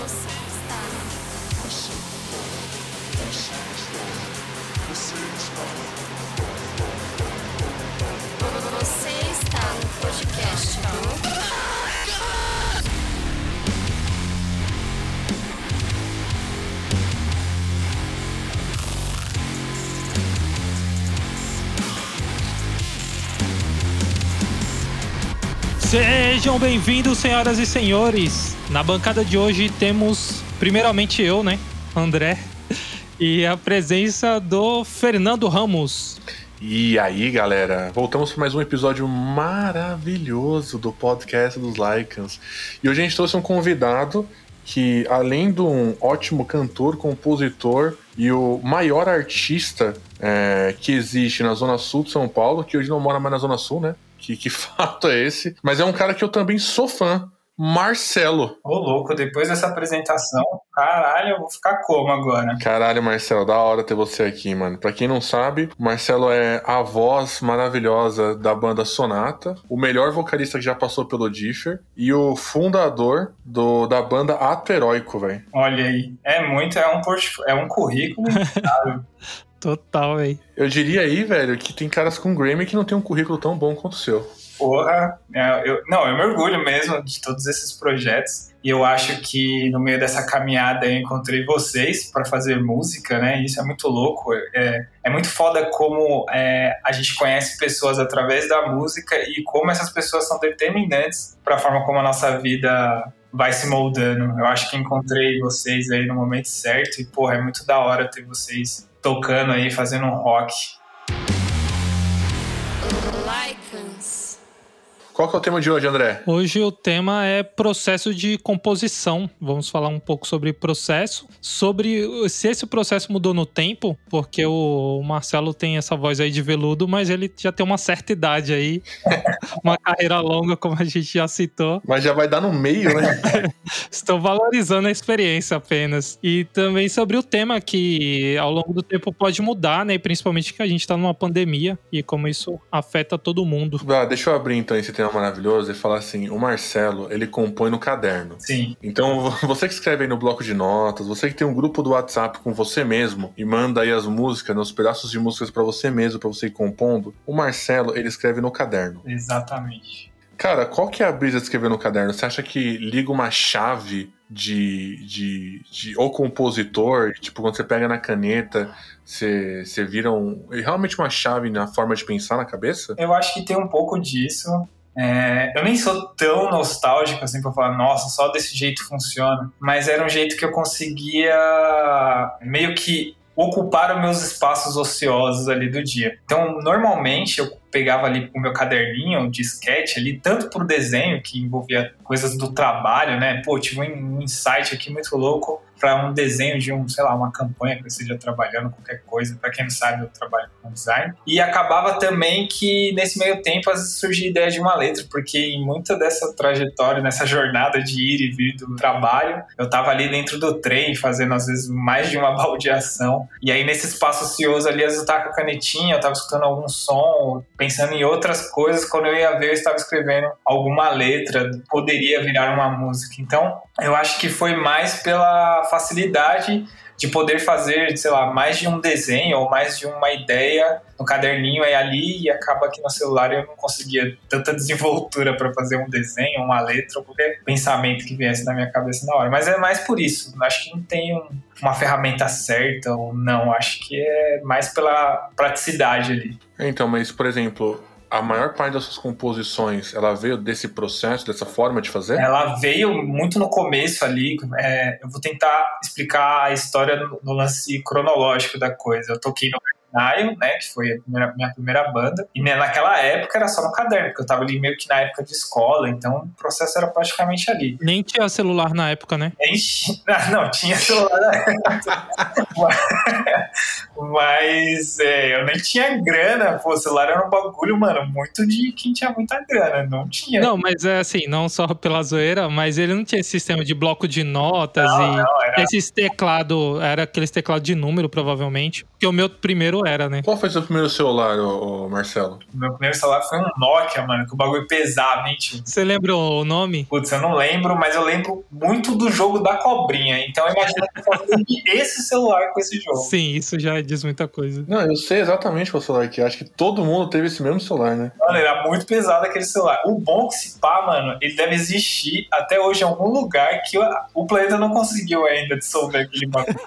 Você está no podcast do... Sejam bem-vindos, senhoras e senhores. Na bancada de hoje temos, primeiramente eu, né, André, e a presença do Fernando Ramos. E aí, galera, voltamos para mais um episódio maravilhoso do podcast dos Lycans. E hoje a gente trouxe um convidado que, além de um ótimo cantor, compositor e o maior artista que existe na Zona Sul de São Paulo, que hoje não mora mais na Zona Sul, né? Que fato é esse? Mas é um cara que eu também sou fã, Marcelo. Ô, louco, depois dessa apresentação, caralho, eu vou ficar como agora? Caralho, Marcelo, da hora ter você aqui, mano. Pra quem não sabe, o Marcelo é a voz maravilhosa da banda Sonata, o melhor vocalista que já passou pelo Differ e o fundador da banda Ato Heróico, velho. Olha aí, é um currículo inevitável. Total, velho. Eu diria aí, velho, que tem caras com Grammy que não tem um currículo tão bom quanto o seu. Porra, eu me orgulho mesmo de todos esses projetos. E eu acho que no meio dessa caminhada eu encontrei vocês para fazer música, né? Isso é muito louco. É muito foda como a gente conhece pessoas através da música e como essas pessoas são determinantes para a forma como a nossa vida vai se moldando. Eu acho que encontrei vocês aí no momento certo e, porra, é muito da hora ter vocês tocando aí, fazendo um rock. Lycans. Qual que é o tema de hoje, André? Hoje o tema é processo de composição. Vamos falar um pouco sobre processo, sobre se esse processo mudou no tempo, porque o Marcelo tem essa voz aí de veludo, mas ele já tem uma certa idade aí, uma carreira longa, como a gente já citou. Mas já vai dar no meio, né? Estou valorizando a experiência apenas. E também sobre o tema que ao longo do tempo pode mudar, né? E principalmente que a gente está numa pandemia e como isso afeta todo mundo. Deixa eu abrir então esse tema maravilhoso e falar assim, o Marcelo, ele compõe no caderno. Sim. Então, você que escreve aí no bloco de notas, você que tem um grupo do WhatsApp com você mesmo e manda aí as músicas, os pedaços de músicas pra você mesmo, pra você ir compondo, o Marcelo, ele escreve no caderno. Exatamente. Cara, qual que é a brisa de escrever no caderno? Você acha que liga uma chave de o compositor, tipo, quando você pega na caneta, você vira realmente uma chave na forma de pensar na cabeça? Eu acho que tem um pouco disso. Eu nem sou tão nostálgico assim pra falar, nossa, só desse jeito funciona. Mas era um jeito que eu conseguia meio que ocupar os meus espaços ociosos ali do dia. Então, normalmente, eu pegava ali o meu caderninho de sketch ali, tanto pro desenho, que envolvia coisas do trabalho, né? Pô, tive um insight aqui muito louco para um desenho de uma campanha que eu esteja trabalhando, qualquer coisa. Para quem não sabe, eu trabalho com design. E acabava também que, nesse meio tempo, às vezes surgia a ideia de uma letra, porque em muita dessa trajetória, nessa jornada de ir e vir do trabalho, eu tava ali dentro do trem, fazendo, às vezes, mais de uma baldeação. E aí, nesse espaço ocioso ali, às vezes eu tava com a canetinha, eu tava escutando algum som, pensando em outras coisas. Quando eu ia ver, eu estava escrevendo alguma letra, poderia virar uma música. Então, eu acho que foi mais pela facilidade de poder fazer, mais de um desenho ou mais de uma ideia no caderninho aí ali, e acaba que no celular eu não conseguia tanta desenvoltura para fazer um desenho, uma letra ou qualquer pensamento que viesse na minha cabeça na hora. Mas é mais por isso. Acho que não tem uma ferramenta certa ou não. Acho que é mais pela praticidade ali. Então, mas, por exemplo, a maior parte das suas composições, ela veio desse processo, dessa forma de fazer? Ela veio muito no começo ali. Eu vou tentar explicar a história no lance cronológico da coisa. Eu toquei no Nile, né, que foi a minha primeira banda, e naquela época era só no caderno, porque eu tava ali meio que na época de escola, então o processo era praticamente ali. Nem tinha celular na época, né? Não, tinha celular na época. Mas eu nem tinha grana, pô, o celular era um bagulho, mano, muito de quem tinha muita grana, não tinha. Não, mas é assim, não só pela zoeira, mas ele não tinha esse sistema de bloco de notas não, Esses teclados, era aqueles teclados de número, provavelmente. Porque o meu primeiro era, né? Qual foi seu primeiro celular, ô Marcelo? Meu primeiro celular foi um Nokia, mano, que o bagulho pesava, mentira. Você lembra o nome? Putz, eu não lembro, mas eu lembro muito do jogo da cobrinha. Então imagina que eu faço esse celular com esse jogo. Sim, isso já diz muita coisa. Não, eu sei exatamente qual celular que é. Acho que todo mundo teve esse mesmo celular, né? Mano, era muito pesado aquele celular. O bom que se pá, mano, ele deve existir até hoje em algum lugar que o planeta não conseguiu ainda dissolver aquele bagulho.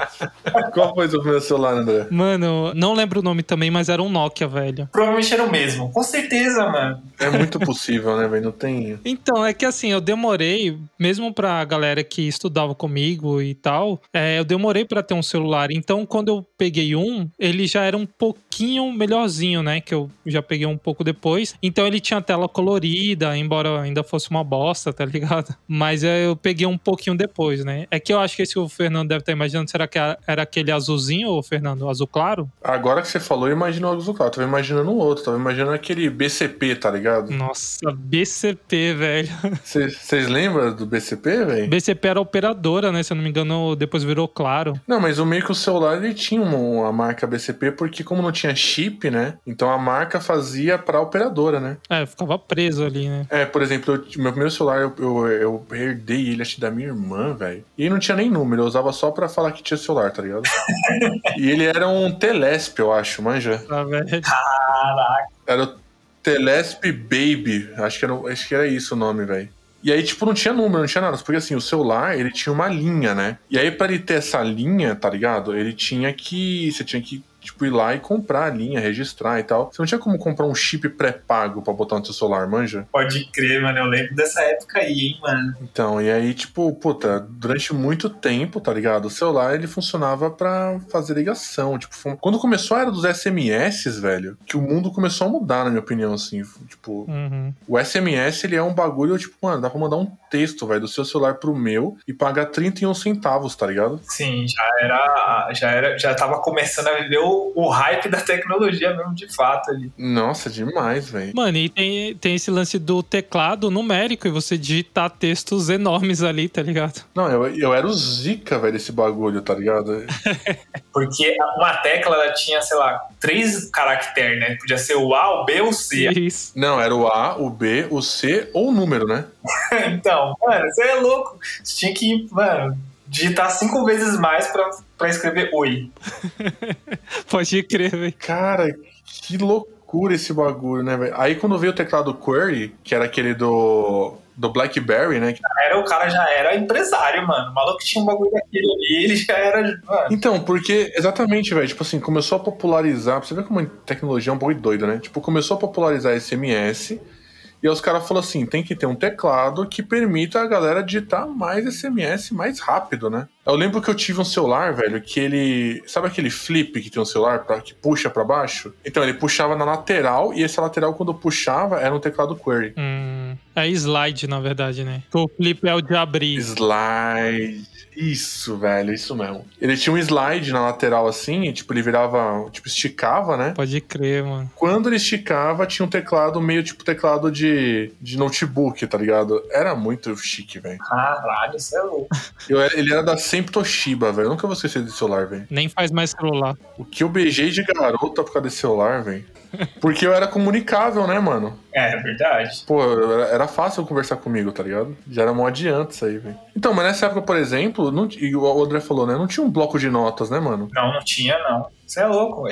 Qual foi seu primeiro celular, André? Mano, não lembro o nome também, mas era um Nokia, velho. Provavelmente era o mesmo. Com certeza, mano. É muito possível, né, velho? Não tem... Então, é que assim, eu demorei, mesmo pra galera que estudava comigo e tal, eu demorei pra ter um celular. Então, quando eu peguei ele já era um pouquinho melhorzinho, né? Que eu já peguei um pouco depois. Então, ele tinha tela colorida, embora ainda fosse uma bosta, tá ligado? Mas eu peguei um pouquinho depois, né? É que eu acho que esse o Fernando deve estar imaginando, será que era aquele azulzinho, ou Fernando, azul claro? Agora que você falou, eu imagino o azul claro. Eu tava imaginando o outro, tava imaginando aquele BCP, tá ligado? Nossa, BCP, velho. Vocês lembram do BCP, velho? BCP era operadora, né? Se eu não me engano, depois virou claro. Não, mas o meio que o celular, ele tinha uma marca BCP, porque como não tinha chip, né? Então a marca fazia pra operadora, né? Ficava preso ali, né? Por exemplo, meu primeiro celular, eu herdei ele, acho que da minha irmã, velho. E ele não tinha nem número, eu usava só pra falar que tinha celular, tá ligado? E ele era um Telesp, eu acho, manja? Ah, velho. Caraca. Era o Telesp Baby, acho que era isso o nome, velho. E aí, tipo, não tinha número, não tinha nada. Porque, assim, o celular, ele tinha uma linha, né? E aí, pra ele ter essa linha, tá ligado? Você tinha que, tipo, ir lá e comprar a linha, registrar e tal. Você não tinha como comprar um chip pré-pago pra botar no seu celular, manja? Pode crer, mano. Eu lembro dessa época aí, hein, mano. Então, e aí, tipo, puta, durante muito tempo, tá ligado? O celular, ele funcionava pra fazer ligação. Tipo, quando começou a era dos SMS, velho, que o mundo começou a mudar, na minha opinião, assim. Tipo, o SMS, ele é um bagulho, tipo, mano, dá pra mandar um texto, velho, do seu celular pro meu e pagar 31 centavos, tá ligado? Sim, já tava começando a viver o hype da tecnologia mesmo, de fato, ali. Nossa, demais, velho. Mano, e tem esse lance do teclado numérico e você digitar textos enormes ali, tá ligado? Não, eu era o zica, velho, desse bagulho, tá ligado? Porque uma tecla, ela tinha, sei lá, 3 caracteres, né? Podia ser o A, o B ou o C. Isso. Não, era o A, o B, o C ou o número, né? Então, mano, você é louco. Você tinha que, mano, digitar 5 vezes mais pra escrever oi. Pode crer, velho. Cara, que loucura esse bagulho, né, velho? Aí quando veio o teclado Query, que era aquele do BlackBerry, né? O cara já era empresário, mano. O maluco tinha um bagulho daquele ali, ele já era, mano. Então, porque, exatamente, velho, tipo assim, começou a popularizar, pra você ver como a tecnologia é um pouco doida, né? Tipo, começou a popularizar SMS, e aí os caras falaram assim, tem que ter um teclado que permita a galera digitar mais SMS mais rápido, né? Eu lembro que eu tive um celular, velho, que ele... Sabe aquele flip que tem um celular que puxa pra baixo? Então, ele puxava na lateral, e esse lateral, quando puxava, era um teclado Query. É slide, na verdade, né? O flip é o de abrir. Slide... Isso, velho, isso mesmo. Ele tinha um slide na lateral assim, e tipo, ele virava, tipo, esticava, né? Pode crer, mano. Quando ele esticava, tinha um teclado meio tipo teclado de notebook, tá ligado? Era muito chique, velho. Caralho, isso é louco. Ele era da sempre Toshiba, velho. Eu nunca vou esquecer desse celular, velho. Nem faz mais celular. O que eu beijei de garota por causa desse celular, velho. Porque eu era comunicável, né, mano? É verdade. Pô, era fácil conversar comigo, tá ligado? Já era mó adiante isso aí, velho. Então, mas nessa época, por exemplo, e o André falou, né? Não tinha um bloco de notas, né, mano? Não tinha, não. Isso é louco.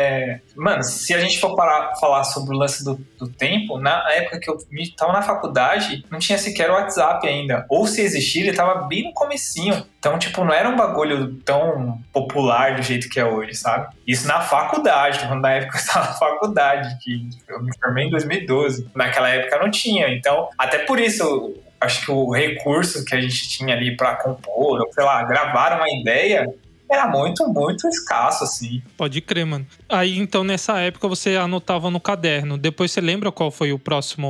Mano, se a gente for falar sobre o lance do tempo, na época que eu tava na faculdade, não tinha sequer o WhatsApp ainda. Ou se existia, ele tava bem no comecinho. Então, tipo, não era um bagulho tão popular do jeito que é hoje, sabe? Isso na faculdade, na época que eu estava na faculdade, que eu me formei em 2012. Naquela época não tinha. Então, até por isso, acho que o recurso que a gente tinha ali pra compor, ou sei lá, gravar uma ideia, era muito, muito escasso, assim. Pode crer, mano. Aí, então, nessa época, você anotava no caderno. Depois, você lembra qual foi a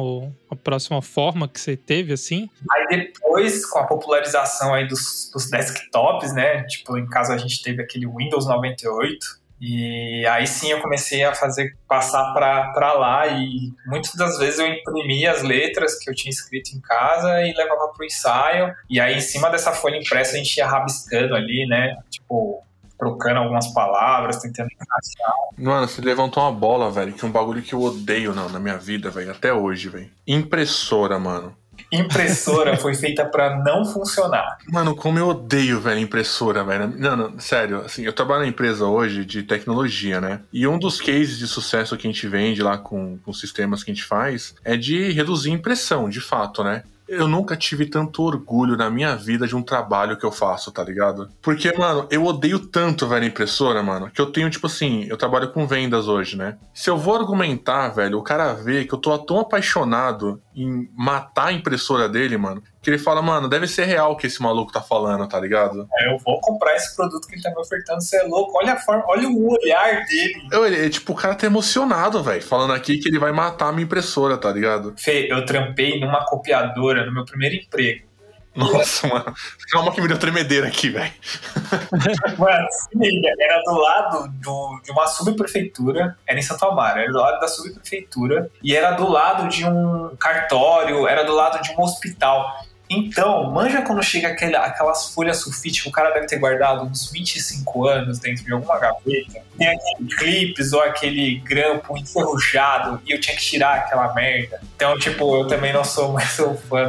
próxima forma que você teve, assim? Aí depois, com a popularização aí dos desktops, né? Tipo, em casa a gente teve aquele Windows 98. E aí sim eu comecei a passar para lá, e muitas das vezes eu imprimia as letras que eu tinha escrito em casa e levava pro ensaio, e aí em cima dessa folha impressa a gente ia rabiscando ali, né, tipo, trocando algumas palavras, tentando encaixar. Mano, você levantou uma bola, velho, que é um bagulho que eu odeio na minha vida, velho, até hoje, velho. Impressora, mano. Impressora foi feita pra não funcionar. Mano, como eu odeio, velho, impressora, velho. Não, sério, assim, eu trabalho na empresa hoje de tecnologia, né? E um dos cases de sucesso que a gente vende lá com sistemas que a gente faz é de reduzir impressão, de fato, né? Eu nunca tive tanto orgulho na minha vida de um trabalho que eu faço, tá ligado? Porque, mano, eu odeio tanto, velho, impressora, mano, que eu tenho, tipo assim, eu trabalho com vendas hoje, né? Se eu vou argumentar, velho, o cara vê que eu tô tão apaixonado em matar a impressora dele, mano, que ele fala, mano, deve ser real o que esse maluco tá falando, tá ligado? Eu vou comprar esse produto que ele tá me ofertando, você é louco, olha a forma, olha o olhar dele. Tipo, o cara tá emocionado, velho, falando aqui que ele vai matar a minha impressora, tá ligado? Fê, eu trampei numa copiadora no meu primeiro emprego. Nossa, mano, calma que me deu tremedeira aqui, velho. Mano, era do lado de uma subprefeitura, era em Santo Amaro, era do lado da subprefeitura, e era do lado de um cartório, era do lado de um hospital. Então, manja quando chega aquelas folhas sulfite que o cara deve ter guardado uns 25 anos dentro de alguma gaveta, tem aquele clipes ou aquele grampo enferrujado, e eu tinha que tirar aquela merda. Então, tipo, eu também não sou mais seu fã.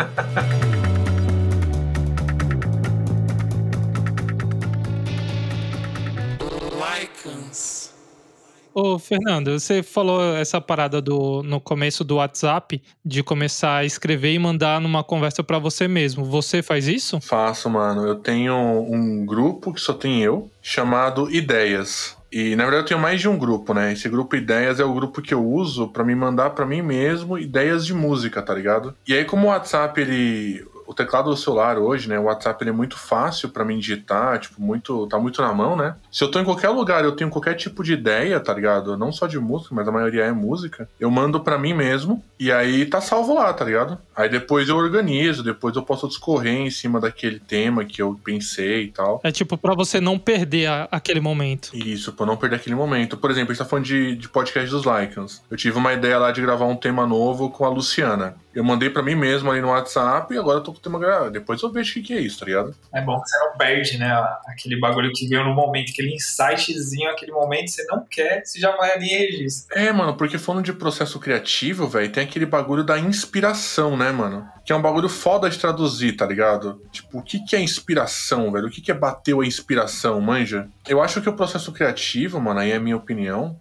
Ô, Fernando, você falou essa parada no começo do WhatsApp, de começar a escrever e mandar numa conversa pra você mesmo. Você faz isso? Faço, mano. Eu tenho um grupo que só tem eu, chamado Ideias. E, na verdade, eu tenho mais de um grupo, né? Esse grupo Ideias é o grupo que eu uso pra me mandar pra mim mesmo ideias de música, tá ligado? E aí, como o WhatsApp, o teclado do celular hoje, né, o WhatsApp, ele é muito fácil pra mim digitar, tipo, tá muito na mão, né? Se eu tô em qualquer lugar, eu tenho qualquer tipo de ideia, tá ligado? Não só de música, mas a maioria é música. Eu mando pra mim mesmo e aí tá salvo lá, tá ligado? Aí depois eu organizo, depois eu posso discorrer em cima daquele tema que eu pensei e tal. É tipo pra você não perder aquele momento. Isso, pra não perder aquele momento. Por exemplo, a gente tá falando de podcast dos Lycans. Eu tive uma ideia lá de gravar um tema novo com a Luciana. Eu mandei pra mim mesmo ali no WhatsApp e agora eu tô com o tema gravado. Depois eu vejo o que é isso, tá ligado? É bom que você não perde, né? Aquele bagulho que veio no momento, aquele insightzinho, aquele momento que você não quer, você já vai ali e registra. É, mano, porque falando de processo criativo, velho, tem aquele bagulho da inspiração, né, mano? Que é um bagulho foda de traduzir, tá ligado? Tipo, o que é inspiração, velho? O que é bateu a inspiração, manja? Eu acho que o processo criativo, mano, aí é a minha opinião,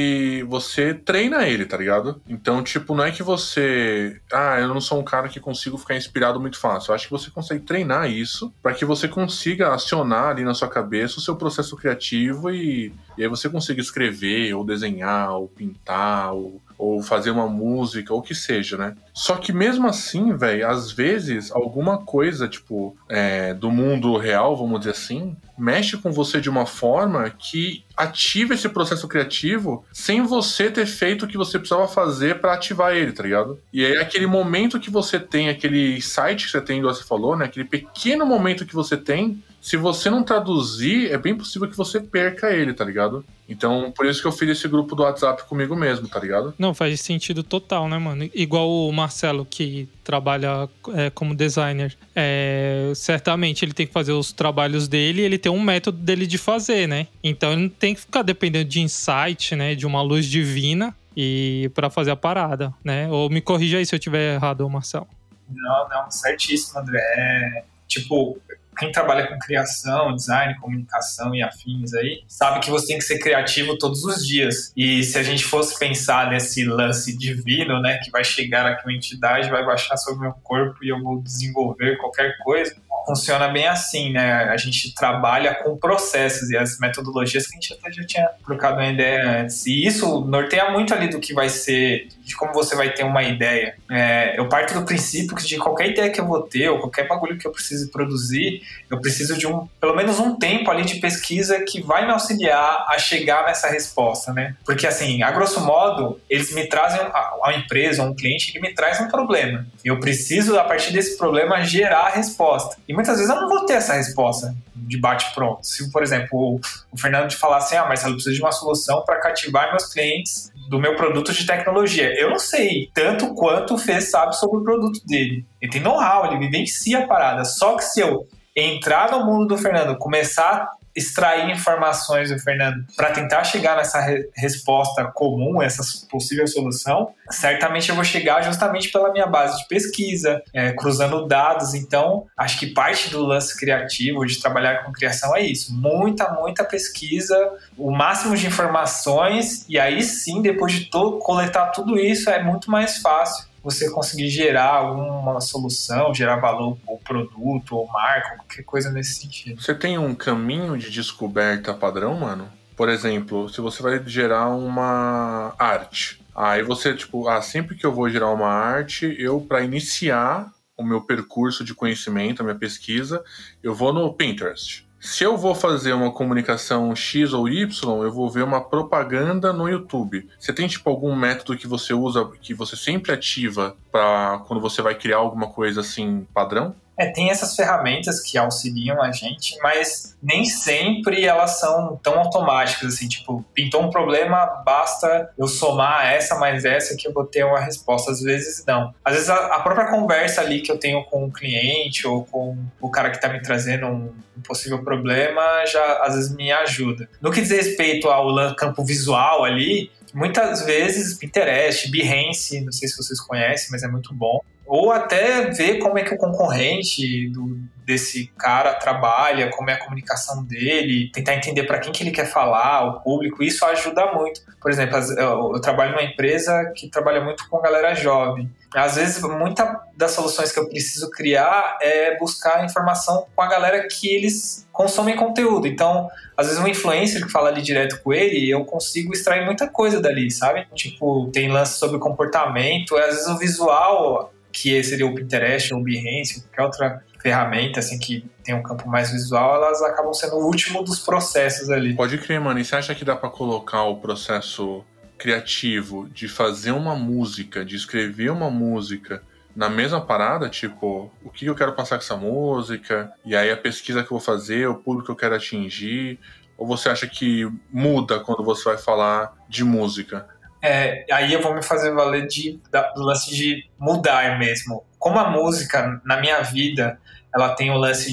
você treina ele, tá ligado? Então, tipo, não é que você... eu não sou um cara que consigo ficar inspirado muito fácil. Eu acho que você consegue treinar isso pra que você consiga acionar ali na sua cabeça o seu processo criativo e aí você consiga escrever, ou desenhar, ou pintar, ou fazer uma música, ou o que seja, né? Só que mesmo assim, velho, às vezes alguma coisa, tipo, do mundo real, vamos dizer assim, mexe com você de uma forma que ativa esse processo criativo sem você ter feito o que você precisava fazer pra ativar ele, tá ligado? E aí aquele momento que você tem, aquele insight que você tem, igual você falou, né? Aquele pequeno momento que você tem, se você não traduzir, é bem possível que você perca ele, tá ligado? Então, por isso que eu fiz esse grupo do WhatsApp comigo mesmo, tá ligado? Não, faz sentido total, né, mano? Igual o Marcelo, que trabalha como designer. Certamente ele tem que fazer os trabalhos dele e ele tem um método dele de fazer, né? Então ele não tem que ficar dependendo de insight, né? De uma luz divina e para fazer a parada, né? Ou me corrija aí se eu estiver errado, Marcelo. Não, certíssimo, André. Tipo, quem trabalha com criação, design, comunicação e afins aí, sabe que você tem que ser criativo todos os dias. E se a gente fosse pensar nesse lance divino, né, que vai chegar aqui uma entidade, vai baixar sobre o meu corpo e eu vou desenvolver qualquer coisa, funciona bem assim, né? A gente trabalha com processos e as metodologias que a gente até já tinha trocado uma ideia antes. E isso norteia muito ali do que vai ser, de como você vai ter uma ideia. Eu parto do princípio que de qualquer ideia que eu vou ter, ou qualquer bagulho que eu preciso produzir, eu preciso de pelo menos um tempo ali de pesquisa que vai me auxiliar a chegar nessa resposta, né? Porque assim, a grosso modo, eles me trazem, a empresa, um cliente, ele me traz um problema. Eu preciso, a partir desse problema, gerar a resposta. E muitas vezes eu não vou ter essa resposta de bate-pronto. Se, por exemplo, o Fernando falar assim, Marcelo, eu preciso de uma solução para cativar meus clientes do meu produto de tecnologia. Eu não sei tanto quanto o Fê sabe sobre o produto dele. Ele tem know-how, ele vivencia a parada. Só que se eu entrar no mundo do Fernando, começar a extrair informações do Fernando para tentar chegar nessa resposta comum, essa possível solução, certamente eu vou chegar justamente pela minha base de pesquisa, cruzando dados. Então, acho que parte do lance criativo, de trabalhar com criação é isso. Muita pesquisa, o máximo de informações, e aí sim, depois de coletar tudo isso, é muito mais fácil você conseguir gerar alguma solução, gerar valor ou produto, ou marca, qualquer coisa nesse sentido. Você tem um caminho de descoberta padrão, mano? Por exemplo, se você vai gerar uma arte, aí você, sempre que eu vou gerar uma arte, para iniciar o meu percurso de conhecimento, a minha pesquisa, eu vou no Pinterest. Se eu vou fazer uma comunicação X ou Y, eu vou ver uma propaganda no YouTube. Você tem, algum método que você usa, que você sempre ativa para quando você vai criar alguma coisa assim, padrão? Tem essas ferramentas que auxiliam a gente, mas nem sempre elas são tão automáticas, assim, pintou um problema, basta eu somar essa mais essa que eu vou ter uma resposta. Às vezes não. Às vezes a própria conversa ali que eu tenho com o cliente ou com o cara que está me trazendo um possível problema já às vezes me ajuda. No que diz respeito ao campo visual ali, muitas vezes Pinterest, Behance, não sei se vocês conhecem, mas é muito bom. Ou até ver como é que o concorrente desse cara trabalha, como é a comunicação dele, tentar entender para quem que ele quer falar, o público, isso ajuda muito. Por exemplo, eu trabalho numa empresa que trabalha muito com galera jovem. Às vezes, muitas das soluções que eu preciso criar é buscar informação com a galera que eles consomem conteúdo. Então, às vezes um influencer que fala ali direto com ele, eu consigo extrair muita coisa dali, sabe? Tem lance sobre comportamento, às vezes o visual, que seria o Pinterest ou o Behance, ou qualquer outra ferramenta assim, que tem um campo mais visual, elas acabam sendo o último dos processos ali. Pode crer, mano. E você acha que dá pra colocar o processo criativo de fazer uma música, de escrever uma música na mesma parada? O que eu quero passar com essa música? E aí a pesquisa que eu vou fazer, o público que eu quero atingir? Ou você acha que muda quando você vai falar de música? Aí eu vou me fazer valer do lance de mudar mesmo. Como a música, na minha vida, ela tem o lance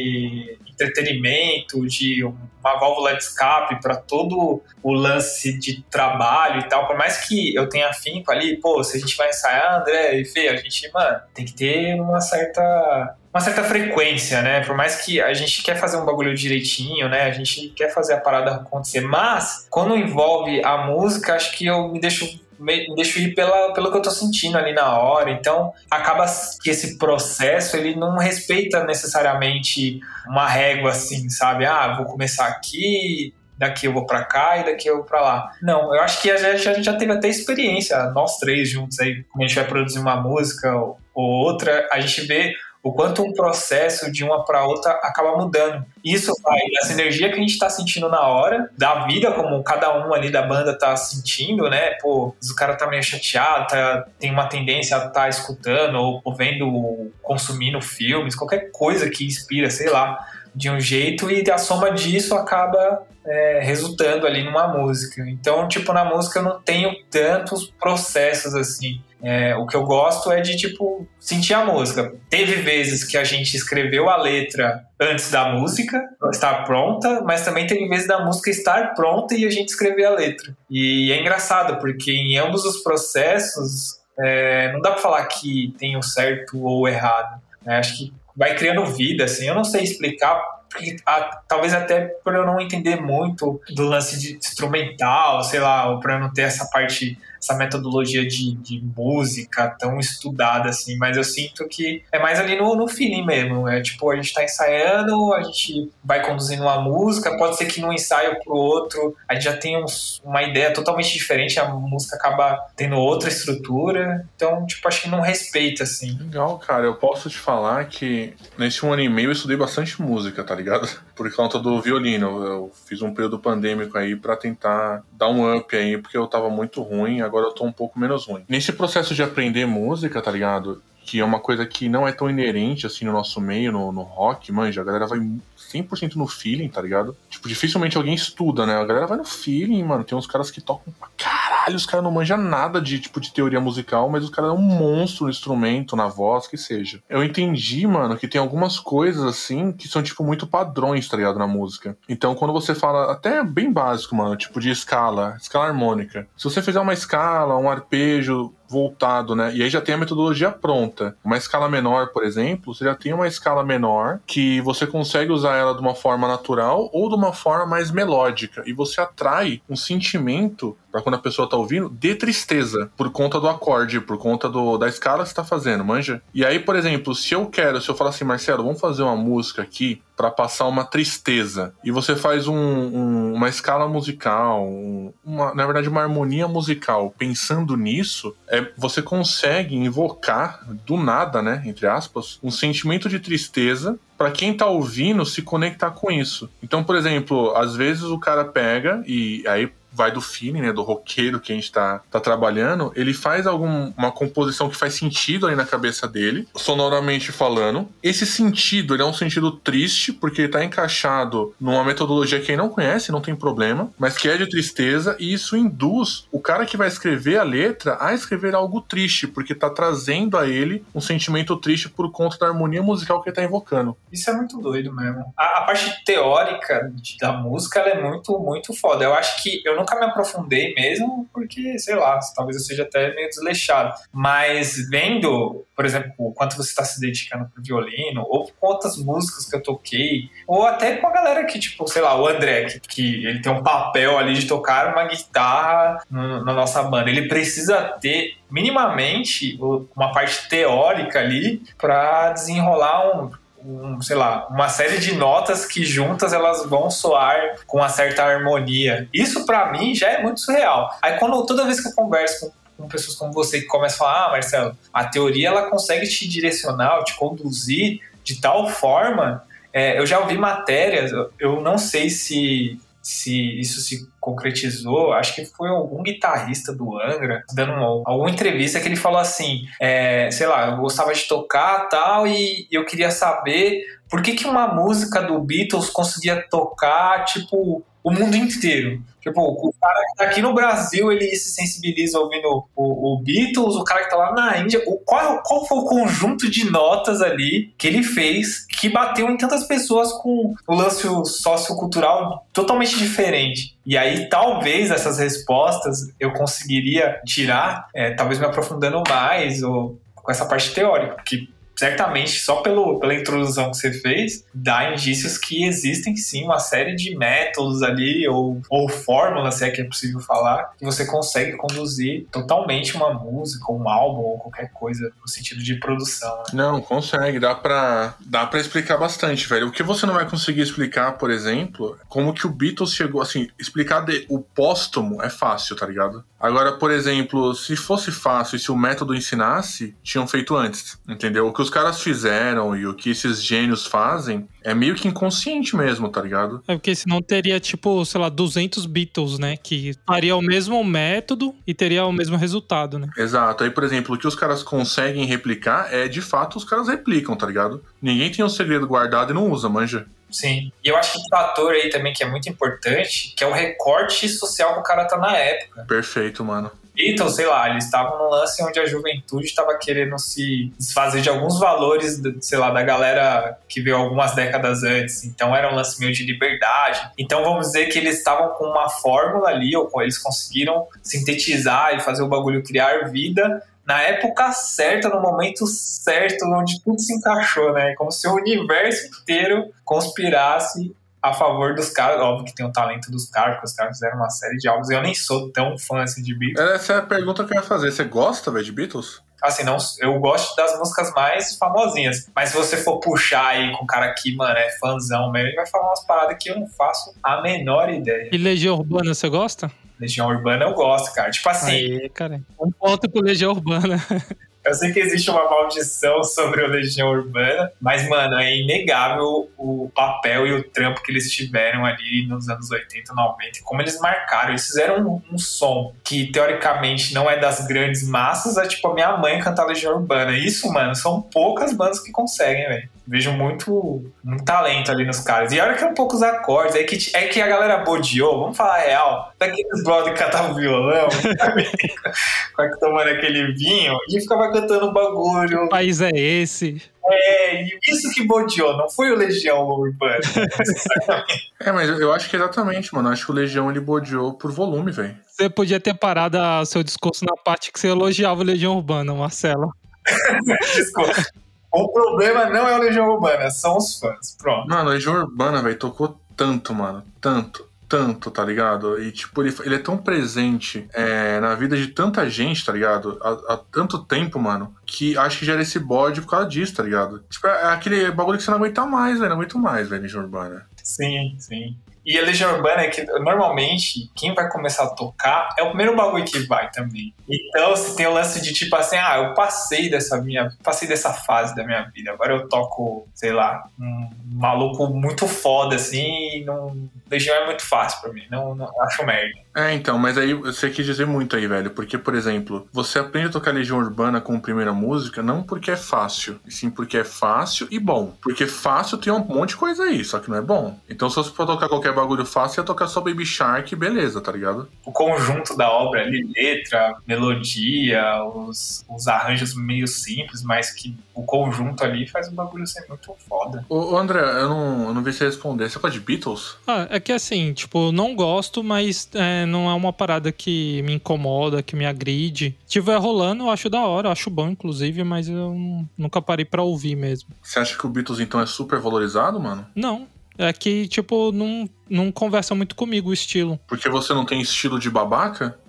de entretenimento, de uma válvula de escape para todo o lance de trabalho e tal. Por mais que eu tenha afinco ali, se a gente vai ensaiar, André e Fê, a gente, tem que ter uma certa frequência, né? Por mais que a gente quer fazer um bagulho direitinho, né? A gente quer fazer a parada acontecer. Mas, quando envolve a música, acho que eu me deixo ir pelo que eu tô sentindo ali na hora. Então, acaba que esse processo, ele não respeita necessariamente uma régua assim, sabe? Vou começar aqui, daqui eu vou pra cá e daqui eu vou pra lá. Não, eu acho que a gente já teve até experiência, nós três juntos aí, quando a gente vai produzir uma música ou outra, a gente vê o quanto um processo de uma para outra acaba mudando. Isso vai dessa energia que a gente está sentindo na hora, da vida como cada um ali da banda está sentindo, né? O cara tá meio chateado, tem uma tendência a estar escutando ou vendo, consumindo filmes, qualquer coisa que inspira, sei lá, de um jeito, e a soma disso acaba resultando ali numa música. Então, na música eu não tenho tantos processos assim. O que eu gosto é de, sentir a música. Teve vezes que a gente escreveu a letra antes da música estar pronta, mas também teve vezes da música estar pronta e a gente escrever a letra. E é engraçado, porque em ambos os processos não dá pra falar que tem o certo ou o errado. Acho que vai criando vida, assim. Eu não sei explicar, porque, talvez até por eu não entender muito do lance de instrumental, sei lá, ou por eu não ter essa metodologia de música tão estudada, assim, mas eu sinto que é mais ali no feeling mesmo. A gente tá ensaiando, a gente vai conduzindo uma música, pode ser que num ensaio pro outro a gente já tem uma ideia totalmente diferente, a música acaba tendo outra estrutura, então, acho que não respeita, assim. Legal, cara, eu posso te falar que nesse 1 ano e meio eu estudei bastante música, tá ligado? Por conta do violino, eu fiz um período pandêmico aí pra tentar dar um up aí, porque eu tava muito ruim, agora eu tô um pouco menos ruim. Nesse processo de aprender música, tá ligado? que é uma coisa que não é tão inerente, assim, no nosso meio, no rock, manja, a galera vai 100% no feeling, tá ligado? Tipo, dificilmente alguém estuda, né? A galera vai no feeling, mano. Tem uns caras que tocam pra caralho, os caras não manjam nada de, tipo, de teoria musical, mas os caras é um monstro no instrumento, na voz, que seja. Eu entendi, mano, que tem algumas coisas, assim, que são, tipo, muito padrões, tá ligado, na música. Então, quando você fala, até bem básico, mano, tipo de escala harmônica. Se você fizer uma escala, um arpejo voltado, né? E aí já tem a metodologia pronta. Uma escala menor, por exemplo, você já tem uma escala menor que você consegue usar ela de uma forma natural ou de uma forma mais melódica. E você atrai um sentimento, pra quando a pessoa tá ouvindo, de tristeza, por conta do acorde, por conta da escala que você tá fazendo, manja? E aí, por exemplo, se eu falar assim, Marcelo, vamos fazer uma música aqui pra passar uma tristeza, e você faz uma escala musical, na verdade uma harmonia musical, pensando nisso, você consegue invocar do nada, né, entre aspas, um sentimento de tristeza pra quem tá ouvindo se conectar com isso. Então, por exemplo, às vezes o cara pega e aí vai do feeling, né, do roqueiro que a gente tá trabalhando, ele faz uma composição que faz sentido ali na cabeça dele, sonoramente falando. Esse sentido, ele é um sentido triste, porque ele tá encaixado numa metodologia que ele não conhece, não tem problema, mas que é de tristeza, e isso induz o cara que vai escrever a letra a escrever algo triste, porque tá trazendo a ele um sentimento triste por conta da harmonia musical que ele tá invocando. Isso é muito doido mesmo. A parte teórica da música, ela é muito, muito foda. Eu acho que eu nunca me aprofundei mesmo, porque, sei lá, talvez eu seja até meio desleixado. Mas vendo, por exemplo, o quanto você está se dedicando pro violino, ou com outras músicas que eu toquei, ou até com a galera que, tipo, sei lá, o André, que ele tem um papel ali de tocar uma guitarra na nossa banda. Ele precisa ter minimamente uma parte teórica ali para desenrolar sei lá, uma série de notas que juntas elas vão soar com uma certa harmonia. Isso pra mim já é muito surreal. Aí toda vez que eu converso com pessoas como você que começam a falar, Marcelo, a teoria ela consegue te direcionar, te conduzir de tal forma, eu já ouvi matérias, eu não sei se isso se concretizou, acho que foi algum guitarrista do Angra dando alguma entrevista que ele falou assim, sei lá, eu gostava de tocar tal, e eu queria saber por que uma música do Beatles conseguia tocar, tipo, o mundo inteiro. Tipo, o cara que tá aqui no Brasil, ele se sensibiliza ouvindo o Beatles, o cara que tá lá na Índia, qual foi o conjunto de notas ali que ele fez que bateu em tantas pessoas com o lance sociocultural totalmente diferente? E aí, talvez essas respostas eu conseguiria tirar, talvez me aprofundando mais ou com essa parte teórica, que certamente, só pela introdução que você fez, dá indícios que existem sim uma série de métodos ali, ou fórmulas, se é que é possível falar, que você consegue conduzir totalmente uma música, um álbum, ou qualquer coisa no sentido de produção. Né? Não, consegue, dá pra explicar bastante, velho. O que você não vai conseguir explicar, por exemplo, como que o Beatles chegou, assim, explicar o póstumo é fácil, tá ligado? Agora, por exemplo, se fosse fácil e se o método ensinasse, tinham feito antes, entendeu? O que os caras fizeram e o que esses gênios fazem é meio que inconsciente mesmo, tá ligado? Porque senão teria, tipo, sei lá, 200 Beatles, né? Que faria o mesmo método e teria o mesmo resultado, né? Exato. Aí, por exemplo, o que os caras conseguem replicar de fato, os caras replicam, tá ligado? Ninguém tem um segredo guardado e não usa, manja. Sim. E eu acho que um fator aí também que é muito importante, que é o recorte social que o cara tá na época. Perfeito, mano. Então, sei lá, eles estavam num lance onde a juventude estava querendo se desfazer de alguns valores, sei lá, da galera que veio algumas décadas antes. Então, era um lance meio de liberdade. Então, vamos dizer que eles estavam com uma fórmula ali, ou eles conseguiram sintetizar e fazer o bagulho criar vida na época certa, no momento certo, onde tudo se encaixou, né? Como se o universo inteiro conspirasse a favor dos caras. Óbvio que tem o talento dos caras, porque os caras fizeram uma série de álbuns. Eu nem sou tão fã assim de Beatles. Essa é a pergunta que eu ia fazer. Você gosta, velho, de Beatles? Assim, não, eu gosto das músicas mais famosinhas. Mas se você for puxar aí com um cara que, mano, é fãzão mesmo, ele vai falar umas paradas que eu não faço a menor ideia. E Legião Urbana, você gosta? Legião Urbana eu gosto, cara. Tipo assim... Aí, cara. Um ponto pro Legião Urbana. Eu sei que existe uma maldição sobre o Legião Urbana, mas, mano, é inegável o papel e o trampo que eles tiveram ali nos anos 80, 90, como eles marcaram. Eles fizeram um som que, teoricamente, não é das grandes massas, é tipo a minha mãe cantar Legião Urbana. Isso, mano, são poucas bandas que conseguem, velho. Vejo muito talento ali nos caras. E olha que é um pouco os acordes. É que a galera bodeou, vamos falar a real. Daqueles brother que cantavam violão, tomando aquele vinho, e ficava cantando bagulho. Que país é esse? E isso que bodeou, não foi o Legião Urbana. Mas eu acho que exatamente, mano. Eu acho que o Legião ele bodeou por volume, velho. Você podia ter parado seu discurso na parte que você elogiava o Legião Urbana, Marcelo. Desculpa. O problema não é o Legião Urbana, são os fãs. Pronto. Mano, o Legião Urbana, velho, tocou tanto, mano. Tanto, tá ligado? E, tipo, ele é tão presente na vida de tanta gente, tá ligado? Há tanto tempo, mano, que acho que gera esse bode por causa disso, tá ligado? Tipo, é aquele bagulho que você não aguenta mais, velho. Não aguento mais, velho, Legião Urbana. Sim. E a Legião Urbana é que, normalmente, quem vai começar a tocar é o primeiro bagulho que vai também. Então, se tem o lance de tipo assim, eu passei dessa fase da minha vida, agora eu toco, sei lá, um maluco muito foda, assim, e Legião é muito fácil pra mim, não acho merda. Então, mas aí você quis dizer muito aí, velho, porque, por exemplo, você aprende a tocar Legião Urbana como primeira música não porque é fácil, e sim porque é fácil e bom. Porque fácil tem um monte de coisa aí, só que não é bom. Então, se você for tocar qualquer bagulho fácil, ia tocar só Baby Shark, beleza, tá ligado? O conjunto da obra ali, letra, melodia, os arranjos meio simples, mas que o conjunto ali faz o bagulho ser muito foda. Ô André, eu não vi você responder. Você gosta de Beatles? É que assim, tipo, não gosto, mas não é uma parada que me incomoda, que me agride. Se tiver rolando, eu acho da hora, eu acho bom, inclusive, mas eu nunca parei pra ouvir mesmo. Você acha que o Beatles, então, é super valorizado, mano? Não. É que, tipo, não conversa muito comigo o estilo. Porque você não tem estilo de babaca?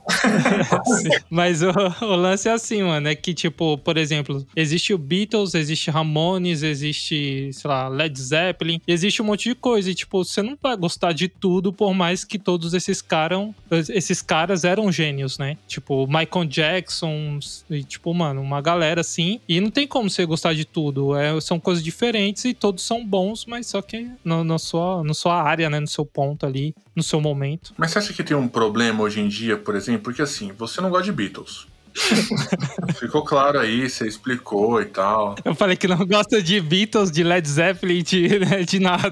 Mas o lance é assim, mano, é que, tipo, por exemplo, existe o Beatles, existe Ramones, existe, sei lá, Led Zeppelin, existe um monte de coisa, e, tipo, você não vai gostar de tudo, por mais que todos esses caras eram gênios, né? Tipo, Michael Jackson, e, tipo, mano, uma galera assim, e não tem como você gostar de tudo, são coisas diferentes e todos são bons, mas só que na sua área, né, no seu ponto ali, no seu momento. Mas você acha que tem um problema hoje em dia, por exemplo? Porque assim, você não gosta de Beatles. Ficou claro aí, você explicou e tal. Eu falei que não gosta de Beatles, de Led Zeppelin, de nada.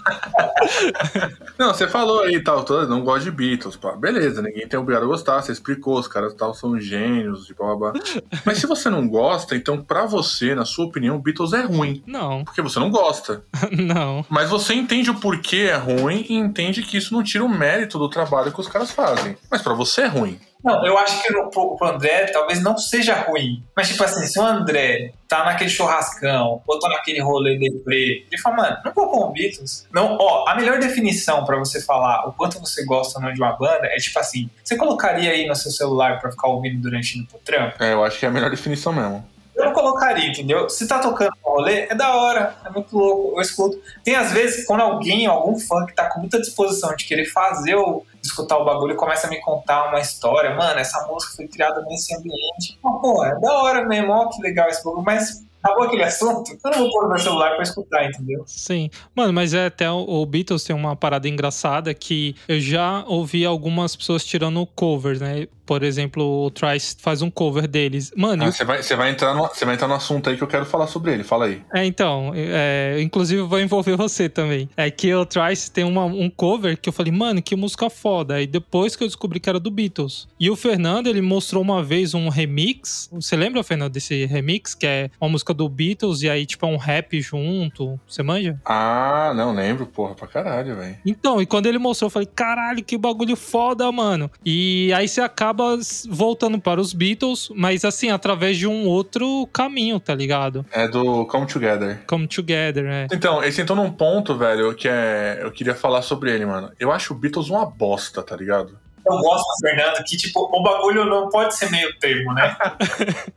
Não, você falou aí e tal, não gosta de Beatles, pá. Beleza, ninguém tem obrigado a gostar, você explicou, os caras tal são gênios e blá blá blá. Mas se você não gosta, então pra você, na sua opinião, Beatles é ruim. Não. Porque você não gosta. Não. Mas você entende o porquê é ruim e entende que isso não tira o mérito do trabalho que os caras fazem. Mas pra você é ruim. Não, eu acho que pro André talvez não seja ruim. Mas, tipo assim, se o André tá naquele churrascão ou tá naquele rolê deprê, ele fala, mano, não vou pôr um Beatles. Não, a melhor definição pra você falar o quanto você gosta ou não de uma banda é tipo assim, você colocaria aí no seu celular pra ficar ouvindo durante indo pro trampo? Eu acho que é a melhor definição mesmo. Eu não colocaria, entendeu? Se tá tocando no rolê, é da hora, é muito louco, eu escuto. Tem às vezes, quando algum fã que tá com muita disposição de querer fazer escutar o bagulho e começa a me contar uma história, mano, essa música foi criada nesse ambiente. Pô, é da hora mesmo, ó, que legal esse bagulho, mas acabou aquele assunto, eu não vou pôr no meu celular pra escutar, entendeu? Sim. Mano, mas até o Beatles tem uma parada engraçada que eu já ouvi algumas pessoas tirando covers, né? Por exemplo, o Trice faz um cover deles. Mano, você vai entrar no assunto aí que eu quero falar sobre ele. Fala aí. Então, inclusive vai envolver você também. É que o Trice tem um cover que eu falei, mano, que música foda. Aí depois que eu descobri que era do Beatles. E o Fernando, ele mostrou uma vez um remix. Você lembra, Fernando, desse remix? Que é uma música do Beatles e aí, tipo, é um rap junto. Você manja? Ah, não lembro, porra, pra caralho, velho. Então, e quando ele mostrou, eu falei, caralho, que bagulho foda, mano. E aí você acaba voltando para os Beatles, mas assim, através de um outro caminho, tá ligado? É do Come Together. Come Together, né? Então, esse entrou num ponto, velho, que eu queria falar sobre ele, mano. Eu acho o Beatles uma bosta, tá ligado? Eu gosto do Fernando que, tipo, o bagulho não pode ser meio termo, né?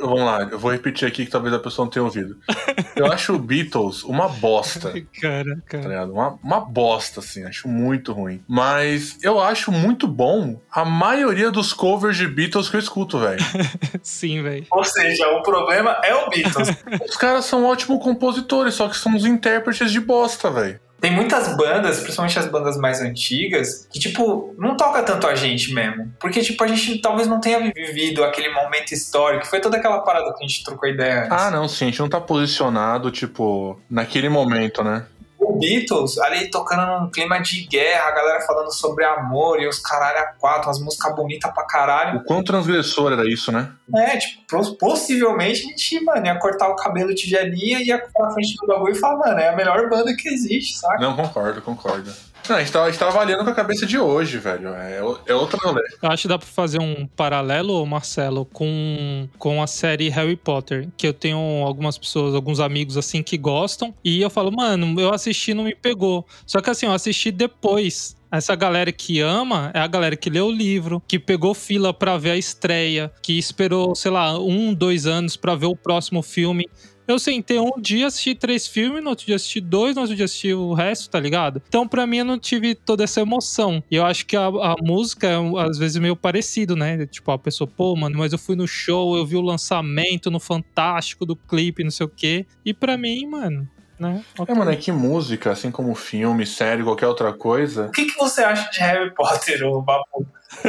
Vamos lá, eu vou repetir aqui que talvez a pessoa não tenha ouvido. Eu acho o Beatles uma bosta. Cara. Tá ligado? Uma bosta, assim, acho muito ruim. Mas eu acho muito bom a maioria dos covers de Beatles que eu escuto, velho. Sim, velho. Ou seja, o problema é o Beatles. Os caras são ótimos compositores, só que são uns intérpretes de bosta, velho. Tem muitas bandas, principalmente as bandas mais antigas, que, tipo, não toca tanto a gente mesmo. Porque, tipo, a gente talvez não tenha vivido aquele momento histórico, que foi toda aquela parada que a gente trocou ideia antes. Ah, não, sim, a gente não tá posicionado, tipo, naquele momento, né? O Beatles, ali tocando num clima de guerra, a galera falando sobre amor e os caralho a quatro, umas músicas bonitas pra caralho. O quão transgressor era isso, né? Tipo, possivelmente a gente, mano, ia cortar o cabelo tigelinha e ia pra frente do bagulho e falar, mano, é a melhor banda que existe, saca? Não, concordo. Não, a gente tá avaliando com a cabeça de hoje, velho. É outra rolê. Eu acho que dá pra fazer um paralelo, Marcelo, com a série Harry Potter, que eu tenho algumas pessoas, alguns amigos assim que gostam, e eu falo, mano, eu assisti e não me pegou. Só que assim, eu assisti depois. Essa galera que ama é a galera que leu o livro, que pegou fila pra ver a estreia, que esperou, sei lá, 2 anos pra ver o próximo filme. Eu sentei um dia, assisti 3 filmes, no outro dia assisti 2, no outro dia assisti o resto, tá ligado? Então, pra mim, eu não tive toda essa emoção. E eu acho que a música é, às vezes, meio parecido, né? Tipo, a pessoa, pô, mano, mas eu fui no show, eu vi o lançamento no Fantástico do clipe, não sei o quê. E pra mim, mano, né? Okay. Mano, é que música, assim como filme, série, qualquer outra coisa... O que você acha de Harry Potter, ô Babu?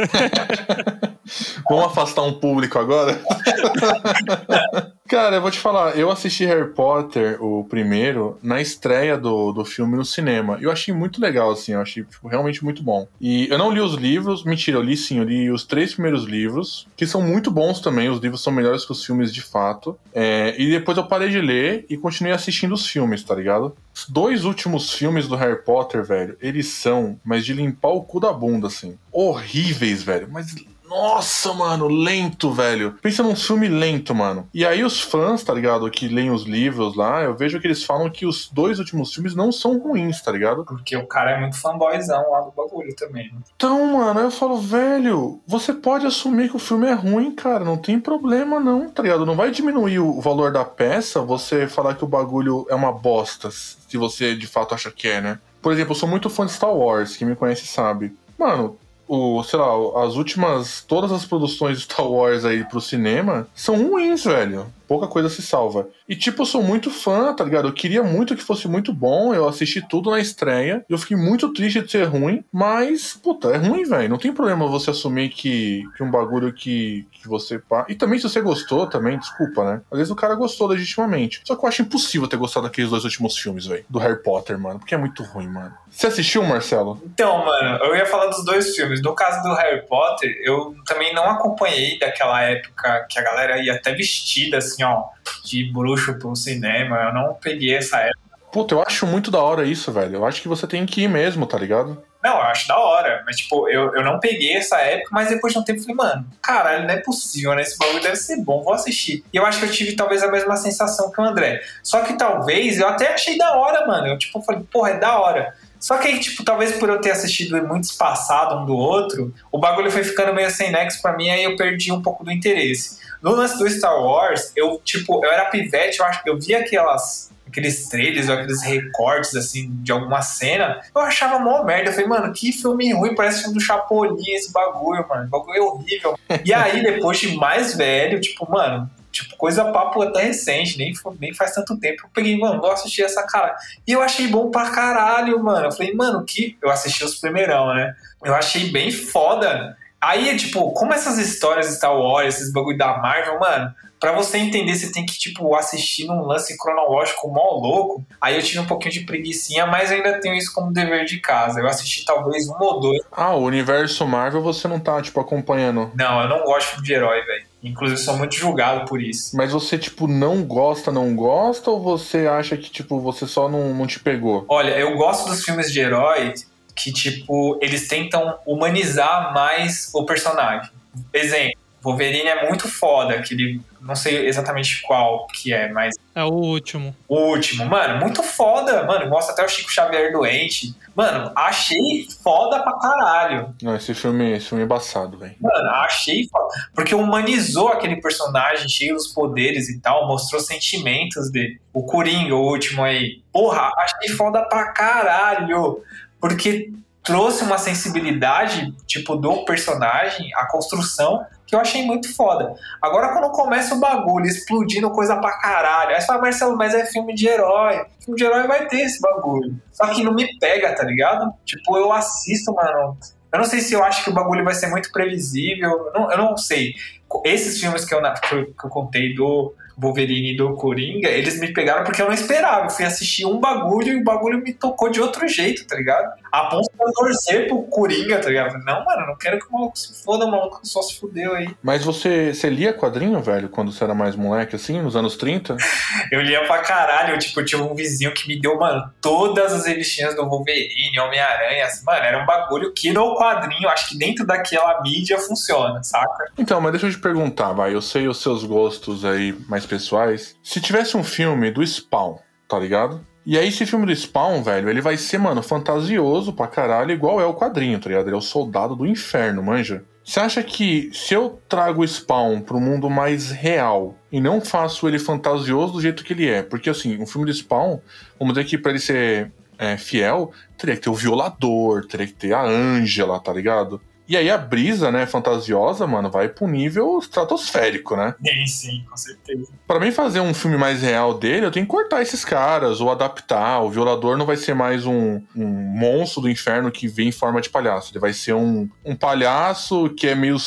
Vamos afastar um público agora? Cara, eu vou te falar, eu assisti Harry Potter, o primeiro, na estreia do filme no cinema. E eu achei muito legal, assim, eu achei tipo, realmente muito bom. E eu não li os livros, mentira, eu li os 3 primeiros livros, que são muito bons também, os livros são melhores que os filmes de fato. E depois eu parei de ler e continuei assistindo os filmes, tá ligado? Os 2 últimos filmes do Harry Potter, velho, eles são, mas de limpar o cu da bunda, assim. Horríveis, velho, mas... Nossa, mano, lento, velho. Pensa num filme lento, mano. E aí os fãs, tá ligado, que leem os livros lá, eu vejo que eles falam que os 2 últimos filmes não são ruins, tá ligado? Porque o cara é muito fanboyzão lá do bagulho também, né? Então, mano, aí eu falo, velho, você pode assumir que o filme é ruim, cara, não tem problema não, tá ligado? Não vai diminuir o valor da peça você falar que o bagulho é uma bosta, se você de fato acha que é, né? Por exemplo, eu sou muito fã de Star Wars, quem me conhece sabe. Mano... sei lá, todas as produções de Star Wars aí pro cinema são ruins, velho. Pouca coisa se salva. E tipo, eu sou muito fã, tá ligado? Eu queria muito que fosse muito bom, eu assisti tudo na estreia, e eu fiquei muito triste de ser ruim, mas, puta, é ruim, velho. Não tem problema você assumir que um bagulho que você... E também se você gostou, também, desculpa, né? Às vezes o cara gostou legitimamente. Só que eu acho impossível ter gostado daqueles 2 últimos filmes, velho. Do Harry Potter, mano, porque é muito ruim, mano. Você assistiu, Marcelo? Então, mano, eu ia falar dos 2 filmes. No caso do Harry Potter, eu também não acompanhei daquela época que a galera ia até vestida, assim, ó, de bruxo pro cinema. Eu não peguei essa época. Puta, eu acho muito da hora isso, velho. Eu acho que você tem que ir mesmo, tá ligado? Não, eu acho da hora. Mas, tipo, eu não peguei essa época, mas depois de um tempo eu falei, mano, caralho, não é possível, né? Esse bagulho deve ser bom, vou assistir. E eu acho que eu tive talvez a mesma sensação que o André. Só que talvez eu até achei da hora, mano. Eu, tipo, falei, porra, é da hora. Só que aí, tipo, talvez por eu ter assistido muito espaçado um do outro, o bagulho foi ficando meio sem nexo pra mim, aí eu perdi um pouco do interesse. No lance do Star Wars, eu era pivete, eu via aqueles trailers ou aqueles recortes, assim, de alguma cena, eu achava mó merda. Eu falei, mano, que filme ruim, parece filme do Chapolin esse bagulho, mano. O bagulho é horrível. E aí, depois de mais velho, tipo, mano... Tipo, coisa papo até recente, nem faz tanto tempo. Eu peguei, mano, vou assistir essa cara. E eu achei bom pra caralho, mano. Eu falei, mano, eu assisti os primeirão, né? Eu achei bem foda. Aí, tipo, como essas histórias de Star Wars, esses bagulho da Marvel, mano, pra você entender, você tem que, tipo, assistir num lance cronológico mó louco. Aí eu tive um pouquinho de preguicinha, mas eu ainda tenho isso como dever de casa. Eu assisti talvez 1 ou 2. Ah, o universo Marvel você não tá, tipo, acompanhando? Não, eu não gosto de filme de herói, velho. Inclusive, sou muito julgado por isso. Mas você, tipo, não gosta, ou você acha que, tipo, você só não te pegou? Olha, eu gosto dos filmes de herói que, tipo, eles tentam humanizar mais o personagem. Exemplo, Wolverine é muito foda, aquele, não sei exatamente qual que é, mas É o último. o último, mano, muito foda, mano, mostra até o Chico Xavier doente. Mano, achei foda pra caralho. Não, esse filme é embaçado, velho. Mano, achei foda. Porque humanizou aquele personagem cheio dos poderes e tal, mostrou sentimentos dele. O Coringa, o último aí. Porra, achei foda pra caralho. Porque trouxe uma sensibilidade, tipo, do personagem, a construção, que eu achei muito foda. Agora, quando começa o bagulho explodindo coisa pra caralho, aí você fala, Marcelo, mas é filme de herói. Filme de herói vai ter esse bagulho. Só que não me pega, tá ligado? Tipo, eu assisto, mano. Eu não sei se eu acho que o bagulho vai ser muito previsível. Eu não sei. Esses filmes que eu contei do Wolverine e do Coringa, eles me pegaram porque eu não esperava. Eu fui assistir um bagulho e o bagulho me tocou de outro jeito, tá ligado? A ponto de eu torcer pro Coringa, tá ligado? Não, mano, não quero que o maluco se foda, o maluco só se fudeu aí. Mas você lia quadrinho, velho, quando você era mais moleque, assim, nos anos 30? Eu lia pra caralho, tipo, eu tinha um vizinho que me deu, mano, todas as revistinhas do Wolverine, Homem-Aranha, assim, mano, era um bagulho que no quadrinho, acho que dentro daquela mídia funciona, saca? Então, mas deixa eu te perguntar, vai, eu sei os seus gostos aí mais pessoais. Se tivesse um filme do Spawn, tá ligado? E aí esse filme do Spawn, velho, ele vai ser, mano, fantasioso pra caralho, igual é o quadrinho, tá ligado? Ele é o soldado do inferno, manja? Você acha que se eu trago o Spawn pro mundo mais real e não faço ele fantasioso do jeito que ele é? Porque, assim, um filme do Spawn, vamos dizer que pra ele ser fiel, teria que ter o Violador, teria que ter a Ângela, tá ligado? E aí a brisa, né, fantasiosa, mano, vai pro nível estratosférico, né? Sim, com certeza. Pra mim fazer um filme mais real dele, eu tenho que cortar esses caras, ou adaptar. O Violador não vai ser mais um monstro do inferno que vem em forma de palhaço. Ele vai ser um palhaço que é meio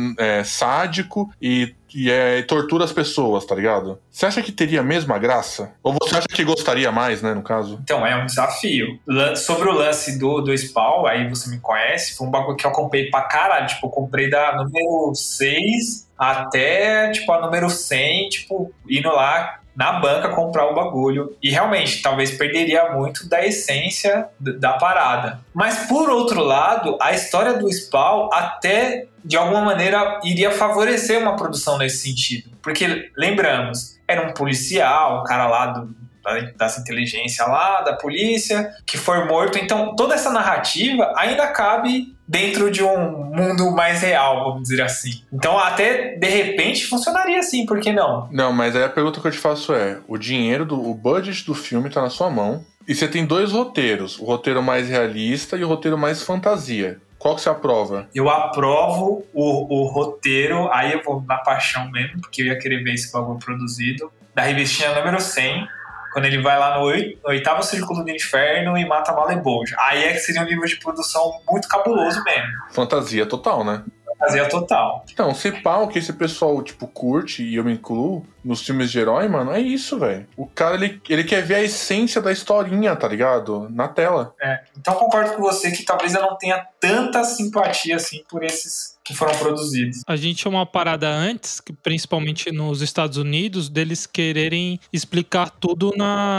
sádico e tortura as pessoas, tá ligado? Você acha que teria a mesma graça? Ou você acha que gostaria mais, né, no caso? Então, é um desafio. Sobre o lance do Spawn, aí você me conhece, foi um bagulho que eu comprei pra caralho. Tipo, eu comprei da número 6 até, tipo, a número 100, tipo, indo lá na banca comprar o bagulho. E realmente, talvez perderia muito da essência da parada. Mas, por outro lado, a história do Spawn até, de alguma maneira, iria favorecer uma produção nesse sentido. Porque, lembramos, era um policial, um cara lá das inteligências lá, da polícia, que foi morto. Então, toda essa narrativa ainda cabe dentro de um mundo mais real, vamos dizer assim. Então, até, de repente, funcionaria assim, por que não? Não, mas aí a pergunta que eu te faço é, o budget do filme tá na sua mão, e você tem dois roteiros, o roteiro mais realista e o roteiro mais fantasia. Qual que você aprova? Eu aprovo o roteiro, aí eu vou na paixão mesmo, porque eu ia querer ver esse bagulho produzido, da revistinha número 100, quando ele vai lá no 8º Círculo do Inferno e mata Malebolge. Aí é que seria um nível de produção muito cabuloso mesmo. Fantasia total, né? Fantasia total. Então, se pau que esse pessoal, tipo, curte, e eu me incluo, nos filmes de herói, mano, é isso, velho. O cara, ele quer ver a essência da historinha, tá ligado? Na tela. Então concordo com você que talvez eu não tenha tanta simpatia, assim, por esses que foram produzidos. A gente tinha uma parada antes, que principalmente nos Estados Unidos, deles quererem explicar tudo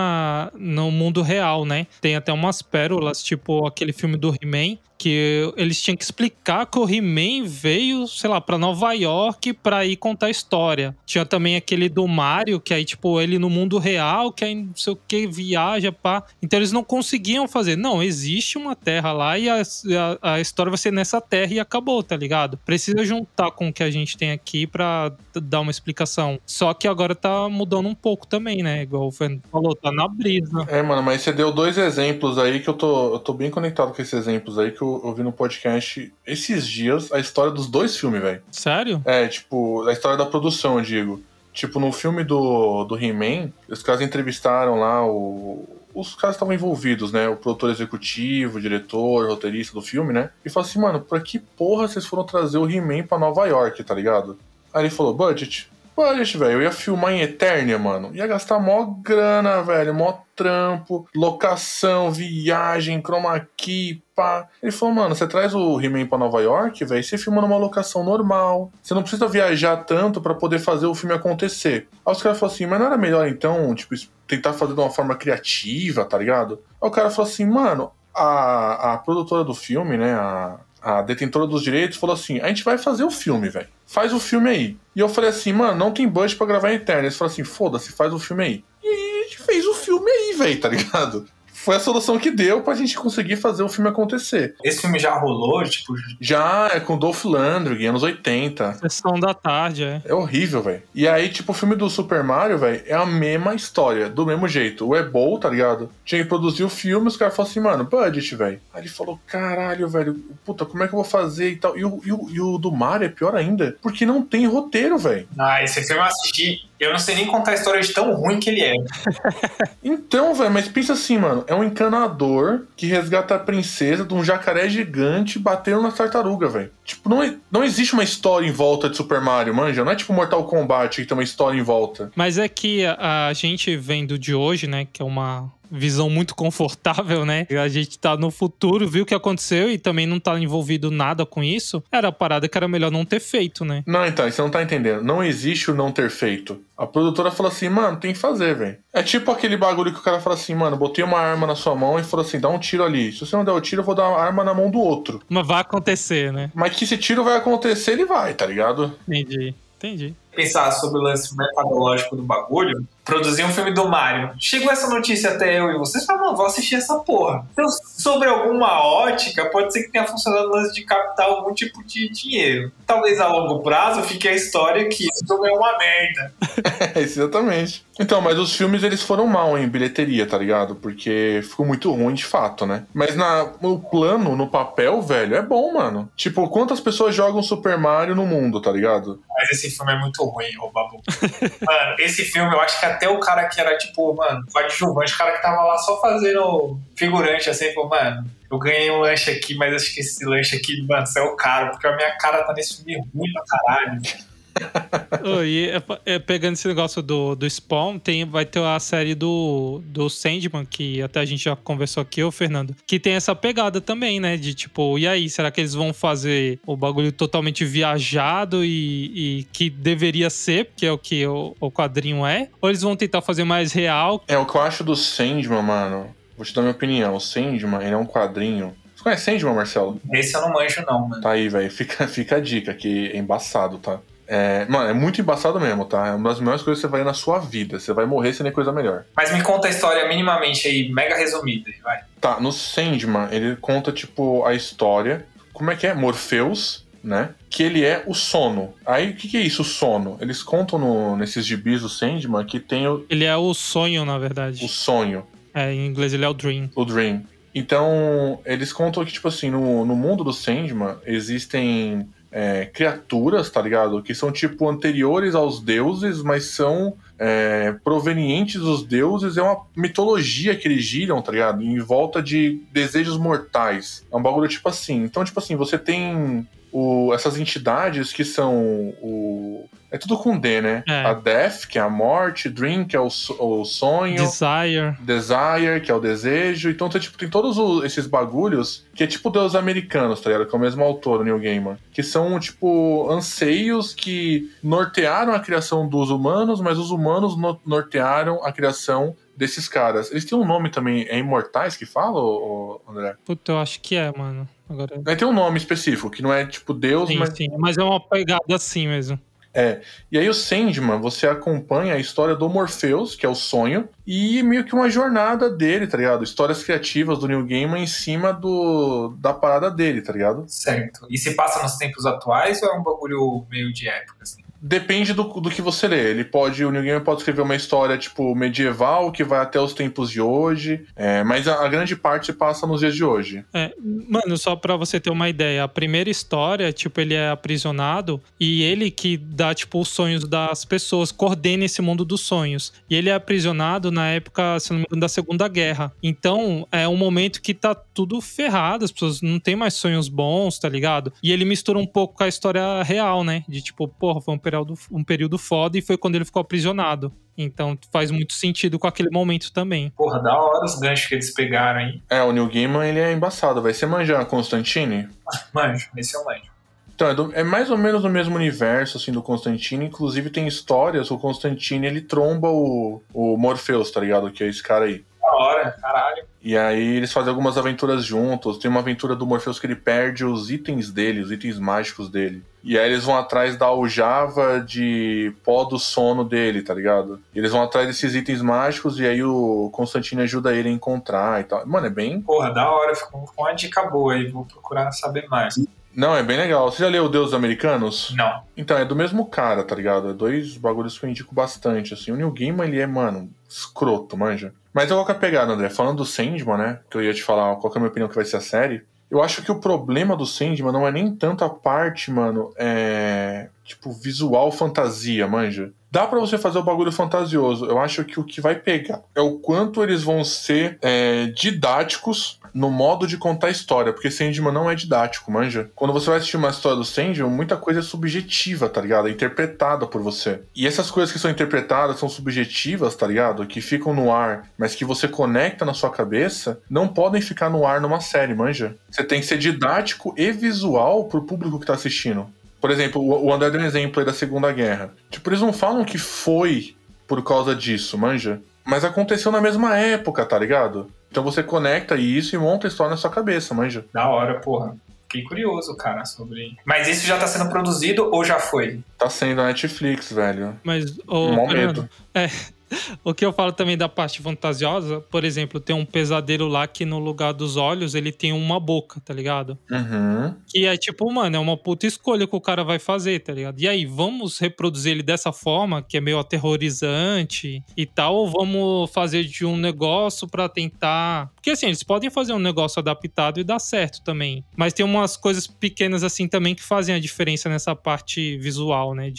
no mundo real, né? Tem até umas pérolas, tipo aquele filme do He-Man, que eles tinham que explicar que o He-Man veio, sei lá, pra Nova York pra ir contar a história. Tinha também aquele do Mario, que aí, tipo, ele no mundo real, que aí não sei o que, viaja, pá. Então eles não conseguiam fazer. Não, existe uma terra lá e a história vai ser nessa terra e acabou, tá ligado? Precisa juntar com o que a gente tem aqui pra dar uma explicação. Só que agora tá mudando um pouco também, né? Igual o Fernando falou, tá na brisa. Mano, mas você deu dois exemplos aí que eu tô bem conectado com esses exemplos aí que eu vi no podcast esses dias, a história dos dois filmes, velho. Sério? Tipo, a história da produção, eu digo. Tipo, no filme do He-Man, os caras entrevistaram lá os caras estavam envolvidos, né? O produtor executivo, o diretor, o roteirista do filme, né? E falou assim, mano, pra que porra vocês foram trazer o He-Man pra Nova York, tá ligado? Aí ele falou, budget, velho, eu ia filmar em Eternia, mano. Ia gastar mó grana, velho, mó trampo, locação, viagem, chroma key, pá. Ele falou, mano, você traz o He-Man pra Nova York, velho, você filma numa locação normal. Você não precisa viajar tanto pra poder fazer o filme acontecer. Aí os caras falaram assim, mas não era melhor então, tipo, tentar fazer de uma forma criativa, tá ligado? Aí o cara falou assim, mano, a produtora do filme, né, a a detentora dos direitos falou assim, a gente vai fazer o filme, velho. Faz o filme aí. E eu falei assim, mano, não tem budget pra gravar em Eterno. Eles falaram assim, foda-se, faz o filme aí. E a gente fez o filme aí, velho, tá ligado? Foi a solução que deu pra gente conseguir fazer o filme acontecer. Esse filme já rolou, tipo... Já, é com Dolph Lundgren, anos 80. Sessão da tarde, é. É horrível, velho. E aí, tipo, o filme do Super Mario, velho, é a mesma história, do mesmo jeito. O Ebol, tá ligado? Tinha que produzir o filme, os caras falaram assim, mano, budget, velho. Aí ele falou, caralho, velho, puta, como é que eu vou fazer e tal? E o do Mario é pior ainda, porque não tem roteiro, velho. Ah, esse filme eu assisti... Eu não sei nem contar a história de tão ruim que ele é. Então, velho, mas pensa assim, mano. É um encanador que resgata a princesa de um jacaré gigante batendo na tartaruga, velho. Tipo, não existe uma história em volta de Super Mario, manja? Não é tipo Mortal Kombat que tem uma história em volta. Mas é que a gente vendo de hoje, né, que é uma visão muito confortável, né? A gente tá no futuro, viu o que aconteceu e também não tá envolvido nada com isso. Era a parada que era melhor não ter feito, né? Não, então, você não tá entendendo. Não existe o não ter feito. A produtora falou assim, mano, tem que fazer, velho. É tipo aquele bagulho que o cara fala assim, mano, botei uma arma na sua mão e falou assim, dá um tiro ali. Se você não der o tiro, eu vou dar uma arma na mão do outro. Mas vai acontecer, né? Mas que esse tiro vai acontecer, ele vai, tá ligado? Entendi. Pensar sobre o lance metodológico do bagulho, produzir um filme do Mario. Chegou essa notícia até eu e vocês, falaram, mano, vou assistir essa porra. Então, sobre alguma ótica, pode ser que tenha funcionado o lance de captar algum tipo de dinheiro. Talvez a longo prazo fique a história que esse filme é uma merda. Exatamente. Então, mas os filmes, eles foram mal em bilheteria, tá ligado? Porque ficou muito ruim de fato, né? Mas no plano, no papel, velho, é bom, mano. Tipo, quantas pessoas jogam Super Mario no mundo, tá ligado? Mas esse filme é muito ruim, ô Babu. Mano, esse filme, eu acho que até o cara que era, tipo, mano, coadjuvante, o cara que tava lá só fazendo figurante, assim, falou, mano, eu ganhei um lanche aqui, mas acho que esse lanche aqui, mano, saiu caro, porque a minha cara tá nesse filme ruim pra caralho. Pegando esse negócio do Spawn, vai ter a série do Sandman, que até a gente já conversou aqui, ô Fernando, que tem essa pegada também, né? De tipo, e aí, será que eles vão fazer o bagulho totalmente viajado e que deveria ser, porque é o que o quadrinho é? Ou eles vão tentar fazer mais real? É, o que eu acho do Sandman, mano, vou te dar minha opinião, o Sandman, ele é um quadrinho... Você conhece Sandman, Marcelo? Esse eu não manjo não, mano. Tá aí, velho, fica a dica, que é embaçado, tá? Mano, é muito embaçado mesmo, tá? É uma das melhores coisas que você vai ver na sua vida. Você vai morrer sem nem coisa melhor. Mas me conta a história minimamente aí, mega resumida, vai. Tá, no Sandman, ele conta, tipo, a história. Como é que é? Morpheus, né? Que ele é o sono. Aí, o que é isso, o sono? Eles contam nesses gibis do Sandman que tem Ele é o sonho, na verdade. o sonho. Em inglês ele é o Dream. O Dream. Então, eles contam que, tipo assim, no mundo do Sandman existem... criaturas, tá ligado? Que são, tipo, anteriores aos deuses, mas são provenientes dos deuses. É uma mitologia que eles giram, tá ligado? Em volta de desejos mortais. É um bagulho tipo assim. Então, tipo assim, você tem essas entidades que são é tudo com D, né? A Death, que é a morte, Dream, que é o sonho, Desire, que é o desejo. Então tipo, tem todos esses bagulhos que é tipo deuses americanos, tá ligado? Que é o mesmo autor, o Neil Gaiman. Que são, tipo, anseios que nortearam a criação dos humanos, mas os humanos nortearam a criação desses caras. Eles têm um nome também, é Imortais que fala, André? Puta, eu acho que é, mano. Agora... Tem um nome específico, que não é tipo Deus, sim, mas... Sim, mas é uma pegada assim mesmo. E aí o Sandman, você acompanha a história do Morpheus, que é o sonho, e meio que uma jornada dele, tá ligado? Histórias criativas do Neil Gaiman em cima da parada dele, tá ligado? Certo. E se passa nos tempos atuais ou é um bagulho meio de época, assim? Depende do que você lê. O Neil Gaiman pode escrever uma história, tipo, medieval, que vai até os tempos de hoje, mas a grande parte se passa nos dias de hoje. Mano, só pra você ter uma ideia, a primeira história, tipo, ele é aprisionado e ele que dá, tipo, os sonhos das pessoas, coordena esse mundo dos sonhos. E ele é aprisionado na época, se não me engano, da Segunda Guerra. Então, é um momento que tá tudo ferrado, as pessoas não têm mais sonhos bons, tá ligado? E ele mistura um pouco com a história real, né? De tipo, porra, foi um período foda e foi quando ele ficou aprisionado. Então faz muito sentido com aquele momento também. Porra, da hora os ganchos que eles pegaram, hein? O Neil Gaiman, ele é embaçado. Vai ser manjar Constantine? Manjo, esse eu manjo. Então, é mais ou menos no mesmo universo, assim, do Constantine. Inclusive tem histórias, o Constantine, ele tromba o Morpheus, tá ligado? Que é esse cara aí. Da hora, caralho. E aí eles fazem algumas aventuras juntos. Tem uma aventura do Morpheus que ele perde os itens dele, os itens mágicos dele. E aí eles vão atrás da aljava de pó do sono dele, tá ligado? E eles vão atrás desses itens mágicos e aí o Constantine ajuda ele a encontrar e tal. Mano, é bem... Porra, da hora, ficou uma dica boa aí, vou procurar saber mais. Não, é bem legal. Você já leu Deuses Americanos? Não. Então, é do mesmo cara, tá ligado? É dois bagulhos que eu indico bastante, assim. O Neil Gaiman, ele é, mano, escroto, manja. Mas qual que é a pegada, André? Falando do Sandman, né? Que eu ia te falar qual que é a minha opinião que vai ser a série. Eu acho que o problema do Sandman não é nem tanto a parte, mano, tipo, visual fantasia, manja. Dá pra você fazer o bagulho fantasioso. Eu acho que o que vai pegar é o quanto eles vão ser didáticos no modo de contar a história, porque Sandman não é didático, manja. Quando você vai assistir uma história do Sandman, muita coisa é subjetiva, tá ligado? É interpretada por você. E essas coisas que são interpretadas, são subjetivas, tá ligado? Que ficam no ar, mas que você conecta na sua cabeça, não podem ficar no ar numa série, manja. Você tem que ser didático e visual pro público que tá assistindo. Por exemplo, o André deu um exemplo aí da Segunda Guerra. Tipo, eles não falam que foi por causa disso, manja? Mas aconteceu na mesma época, tá ligado? Então você conecta isso e monta a história na sua cabeça, manja? Da hora, porra. Fiquei curioso, cara, sobre... Mas isso já tá sendo produzido ou já foi? Tá sendo a Netflix, velho. Mas, Mó medo. O que eu falo também da parte fantasiosa, por exemplo, tem um pesadelo lá que no lugar dos olhos ele tem uma boca, tá ligado? Uhum. Que é tipo, mano, é uma puta escolha que o cara vai fazer, tá ligado? E aí, vamos reproduzir ele dessa forma, que é meio aterrorizante e tal, ou vamos fazer de um negócio pra tentar... Porque assim, eles podem fazer um negócio adaptado e dar certo também. Mas tem umas coisas pequenas assim também que fazem a diferença nessa parte visual, né?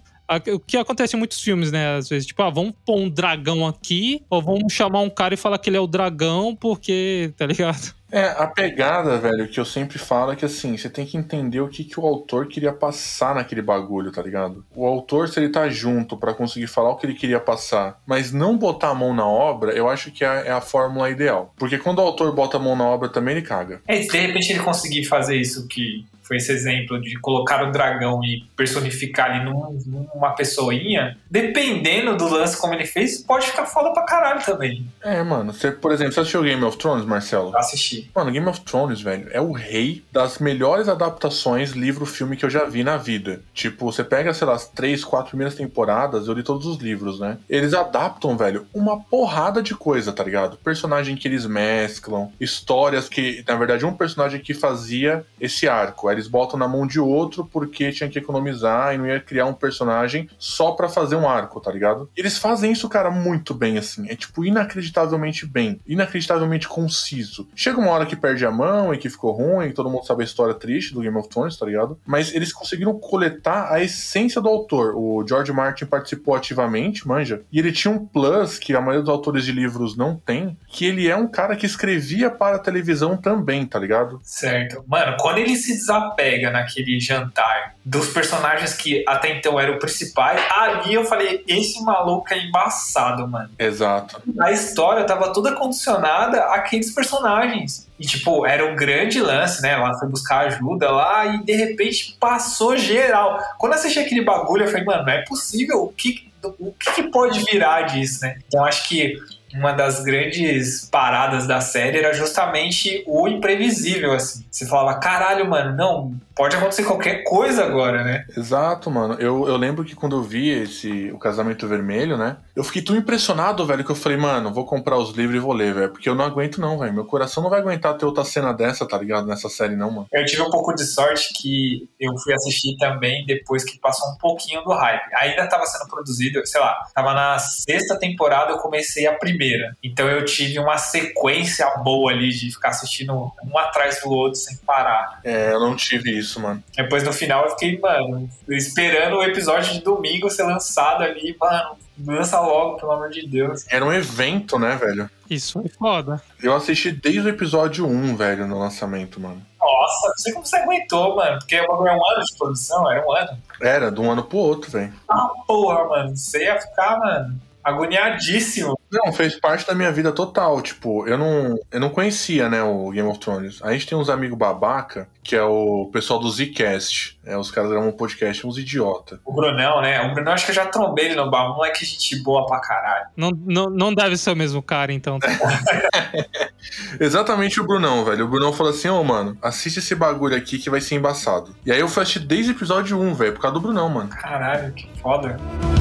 O que acontece em muitos filmes, né? Às vezes, tipo, vamos pôr um dragão aqui, ou vamos chamar um cara e falar que ele é o dragão, porque, tá ligado? A pegada, velho, que eu sempre falo é que, assim, você tem que entender o que o autor queria passar naquele bagulho, tá ligado? O autor, se ele tá junto pra conseguir falar o que ele queria passar, mas não botar a mão na obra, eu acho que é a fórmula ideal. Porque quando o autor bota a mão na obra também, ele caga. Se de repente ele conseguir fazer isso que foi esse exemplo de colocar o dragão e personificar ali numa pessoinha, dependendo do lance como ele fez, pode ficar foda pra caralho também. Mano, por exemplo, você assistiu Game of Thrones, Marcelo? Eu assisti. Mano, Game of Thrones, velho, é o rei das melhores adaptações livro-filme que eu já vi na vida. Tipo, você pega, sei lá, as 3, 4 primeiras temporadas, eu li todos os livros, né? Eles adaptam, velho, uma porrada de coisa, tá ligado? Personagem que eles mesclam, histórias que, na verdade, um personagem que fazia esse arco. Aí eles botam na mão de outro porque tinha que economizar e não ia criar um personagem só pra fazer um arco, tá ligado? Eles fazem isso, cara, muito bem, assim. É, tipo, inacreditavelmente bem. Inacreditavelmente conciso. Chega uma hora que perde a mão e que ficou ruim, todo mundo sabe a história triste do Game of Thrones, tá ligado? Mas eles conseguiram coletar a essência do autor. O George Martin participou ativamente, manja, e ele tinha um plus que a maioria dos autores de livros não tem, que ele é um cara que escrevia para a televisão também, tá ligado? Certo. Mano, quando ele se desapega naquele jantar dos personagens que até então eram principais, ali eu falei, esse maluco é embaçado, mano. Exato. A história tava toda condicionada àqueles personagens. E, tipo, era um grande lance, né? Ela foi buscar ajuda lá e, de repente, passou geral. Quando eu assisti aquele bagulho, eu falei, mano, não é possível. O que pode virar disso, né? Então, acho que uma das grandes paradas da série era justamente o imprevisível, assim. Você falava, caralho, mano, não, pode acontecer qualquer coisa agora, né? Exato, mano. Eu lembro que quando eu vi o Casamento Vermelho, né? Eu fiquei tão impressionado, velho, que eu falei, mano, vou comprar os livros e vou ler, velho. Porque eu não aguento não, velho. Meu coração não vai aguentar ter outra cena dessa, tá ligado? Nessa série não, mano. Eu tive um pouco de sorte que eu fui assistir também depois que passou um pouquinho do hype. Ainda tava sendo produzido, sei lá, tava na 6ª temporada, eu comecei a 1ª. Então eu tive uma sequência boa ali de ficar assistindo um atrás do outro sem parar. Eu não tive isso, mano. Depois no final eu fiquei, mano, esperando o episódio de domingo ser lançado ali, mano, lança logo, pelo amor de Deus. Era um evento, né, velho? Isso foi foda. Eu assisti desde o episódio 1, velho, no lançamento, mano. Nossa, não sei como você aguentou, mano, porque é um ano de produção, era um ano. Era, de um ano pro outro, velho. Porra, mano, você ia ficar, mano, agoniadíssimo. Não, fez parte da minha vida total. Tipo, eu não conhecia, né, o Game of Thrones. A gente tem uns amigos babaca, que é o pessoal do Zcast. Os caras gravam um podcast, uns idiota. O Brunão, né? O Brunão, acho que eu já trombei ele no bar. Um moleque gente boa pra caralho. Não deve ser o mesmo cara, então. Exatamente o Brunão, velho. O Brunão falou assim, mano, assiste esse bagulho aqui que vai ser embaçado. E aí eu fui assistir desde o episódio 1, velho, por causa do Brunão, mano. Caralho, que foda.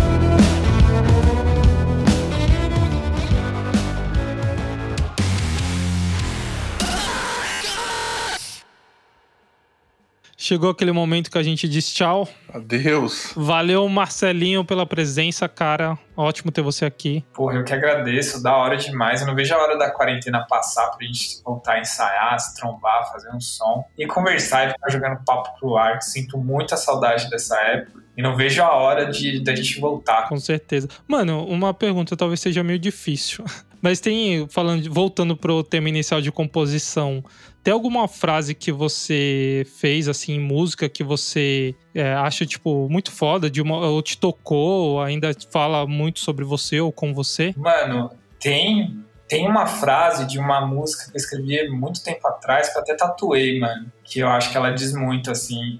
Chegou aquele momento que a gente diz tchau. Adeus. Valeu, Marcelinho, pela presença, cara. Ótimo ter você aqui. Porra, eu que agradeço. Da hora demais. Eu não vejo a hora da quarentena passar pra gente voltar a ensaiar, se trombar, fazer um som e conversar e ficar jogando papo pro ar. Sinto muita saudade dessa época. E não vejo a hora da gente voltar. Com certeza. Mano, uma pergunta talvez seja meio difícil. Mas voltando pro tema inicial de composição, tem alguma frase que você fez, assim, em música, que você acha, tipo, muito foda, ou te tocou, ou ainda fala muito sobre você ou com você? Mano, tem uma frase de uma música que eu escrevi muito tempo atrás, que eu até tatuei, mano, que eu acho que ela diz muito, assim,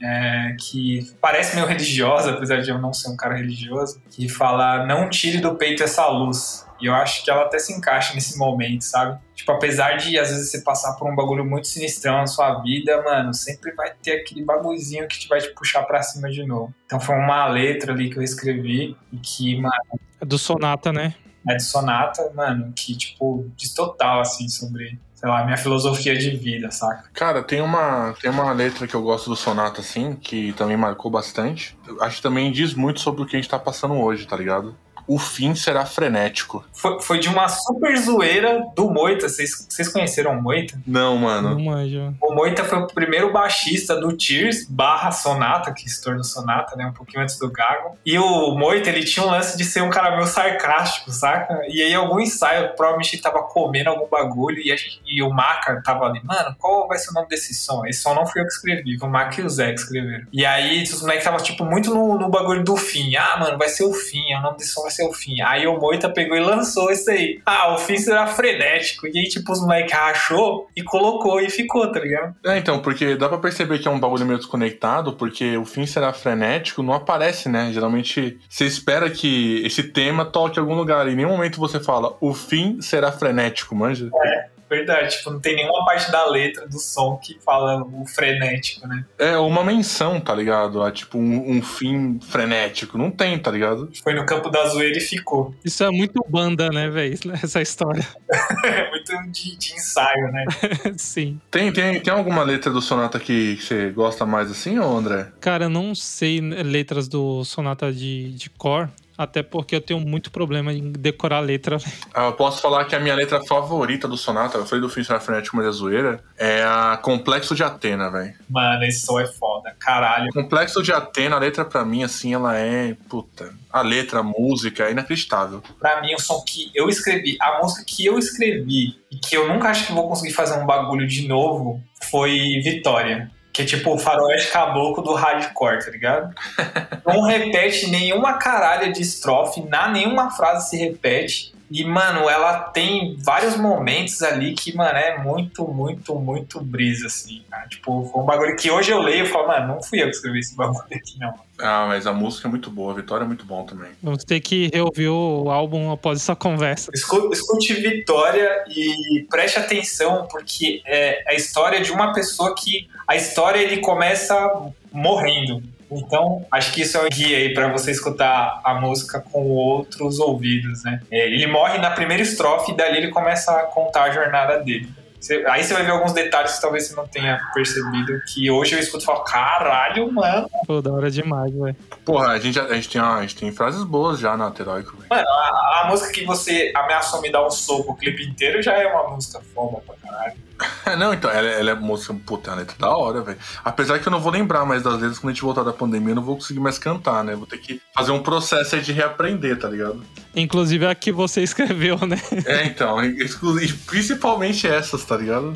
que parece meio religiosa, apesar de eu não ser um cara religioso, que fala, não tire do peito essa luz. E eu acho que ela até se encaixa nesse momento, sabe? Tipo, apesar de, às vezes, você passar por um bagulho muito sinistrão na sua vida, mano, sempre vai ter aquele bagulhozinho que vai te puxar pra cima de novo. Então foi uma letra ali que eu escrevi e que, mano... É do Sonata, né? É de Sonata, mano, que, tipo, diz total, assim, sobre, sei lá, minha filosofia de vida, saca? Cara, tem uma letra que eu gosto do Sonata, assim, que também marcou bastante. Eu acho que também diz muito sobre o que a gente tá passando hoje, tá ligado? O fim será frenético. Foi de uma super zoeira do Moita. Vocês conheceram o Moita? Não, mano. Não manjo. O Moita foi o primeiro baixista do Tears / Sonata, que se tornou Sonata, né? Um pouquinho antes do Gago. E o Moita, ele tinha um lance de ser um cara meio sarcástico, saca? E aí, algum ensaio, provavelmente ele tava comendo algum bagulho e o Maca tava ali, mano, qual vai ser o nome desse som? Esse som não fui eu que escrevi, foi o Maca e o Zé que escreveram. E aí, os moleques estavam, tipo, muito no bagulho do fim. Ah, mano, vai ser o fim, o nome desse som vai ser o fim. Aí o Moita pegou e lançou isso aí. Ah, o fim será frenético. E aí, tipo, os moleques rachou e colocou e ficou, tá ligado? Então, porque dá pra perceber que é um bagulho meio desconectado, porque o fim será frenético, não aparece, né? Geralmente você espera que esse tema toque em algum lugar. E em nenhum momento você fala, o fim será frenético, manja? Verdade, tipo, não tem nenhuma parte da letra do som que fala o frenético, né? É uma menção, tá ligado? Tipo, um fim frenético. Não tem, tá ligado? Foi no campo da zoeira e ficou. Isso é muito banda, né, velho? Essa história. É muito de ensaio, né? Sim. Tem alguma letra do Sonata que você gosta mais assim, ô André? Cara, eu não sei letras do Sonata de cor. Até porque eu tenho muito problema em decorar a letra. Eu posso falar que a minha letra favorita do Sonata, eu falei do Fim Será Frenético, mas é zoeira, é a Complexo de Atena, velho. Mano, esse som é foda, caralho. Complexo de Atena, a letra pra mim, assim, ela é, puta, a letra, a música, é inacreditável. Pra mim, o som que eu escrevi, a música que eu escrevi e que eu nunca acho que vou conseguir fazer um bagulho de novo foi Vitória. Que é tipo o faroeste caboclo do hardcore, tá ligado? Não repete nenhuma caralha de estrofe, nenhuma frase se repete. E, mano, ela tem vários momentos ali que, mano, é muito, muito, muito brisa, assim, cara. Tipo, foi um bagulho que hoje eu leio e falo, mano, não fui eu que escrevi esse bagulho aqui, não. Ah, mas a música é muito boa, a Vitória é muito bom também. Vamos ter que reouvir o álbum após essa conversa. Escute Vitória e preste atenção, porque é a história de uma pessoa que a história ele começa morrendo. Então, acho que isso é um guia aí pra você escutar a música com outros ouvidos, né? Ele morre na primeira estrofe e dali ele começa a contar a jornada dele. Aí você vai ver alguns detalhes que talvez você não tenha percebido, que hoje eu escuto e falo, caralho, mano. Pô, da hora demais, velho. Porra, a gente tem frases boas já na Heroico, velho. Mano, a música que você ameaçou me dar um soco o clipe inteiro já é uma música foda pra caralho. Não, então, ela é música, puta, é uma letra da hora, velho. Apesar que eu não vou lembrar mais das letras quando a gente voltar da pandemia, eu não vou conseguir mais cantar, né? Vou ter que fazer um processo aí de reaprender, tá ligado? Inclusive a que você escreveu, né? Então, principalmente essas, tá ligado?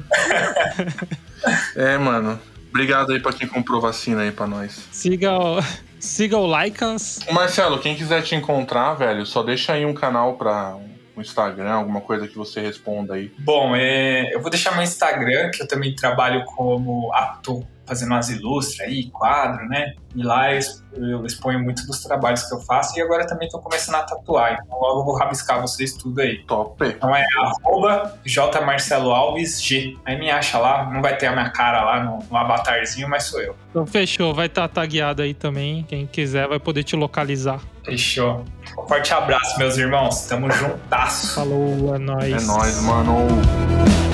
Mano. Obrigado aí pra quem comprou vacina aí pra nós. Siga o Lycans. Marcelo, quem quiser te encontrar, velho, só deixa aí um canal pra Instagram, alguma coisa que você responda aí. Bom, eu vou deixar meu Instagram, que eu também trabalho como ator, fazendo umas ilustras aí, quadro, né? E lá eu exponho muito dos trabalhos que eu faço e agora também estou começando a tatuar. Então logo eu vou rabiscar vocês tudo aí. Top. Então é @jmarceloalvesg. Aí me acha lá, não vai ter a minha cara lá no avatarzinho, mas sou eu. Então fechou, vai estar tagueado aí também. Quem quiser vai poder te localizar. Fechou. Um forte abraço, meus irmãos. Tamo juntasso. Falou, é nóis. É nóis, mano.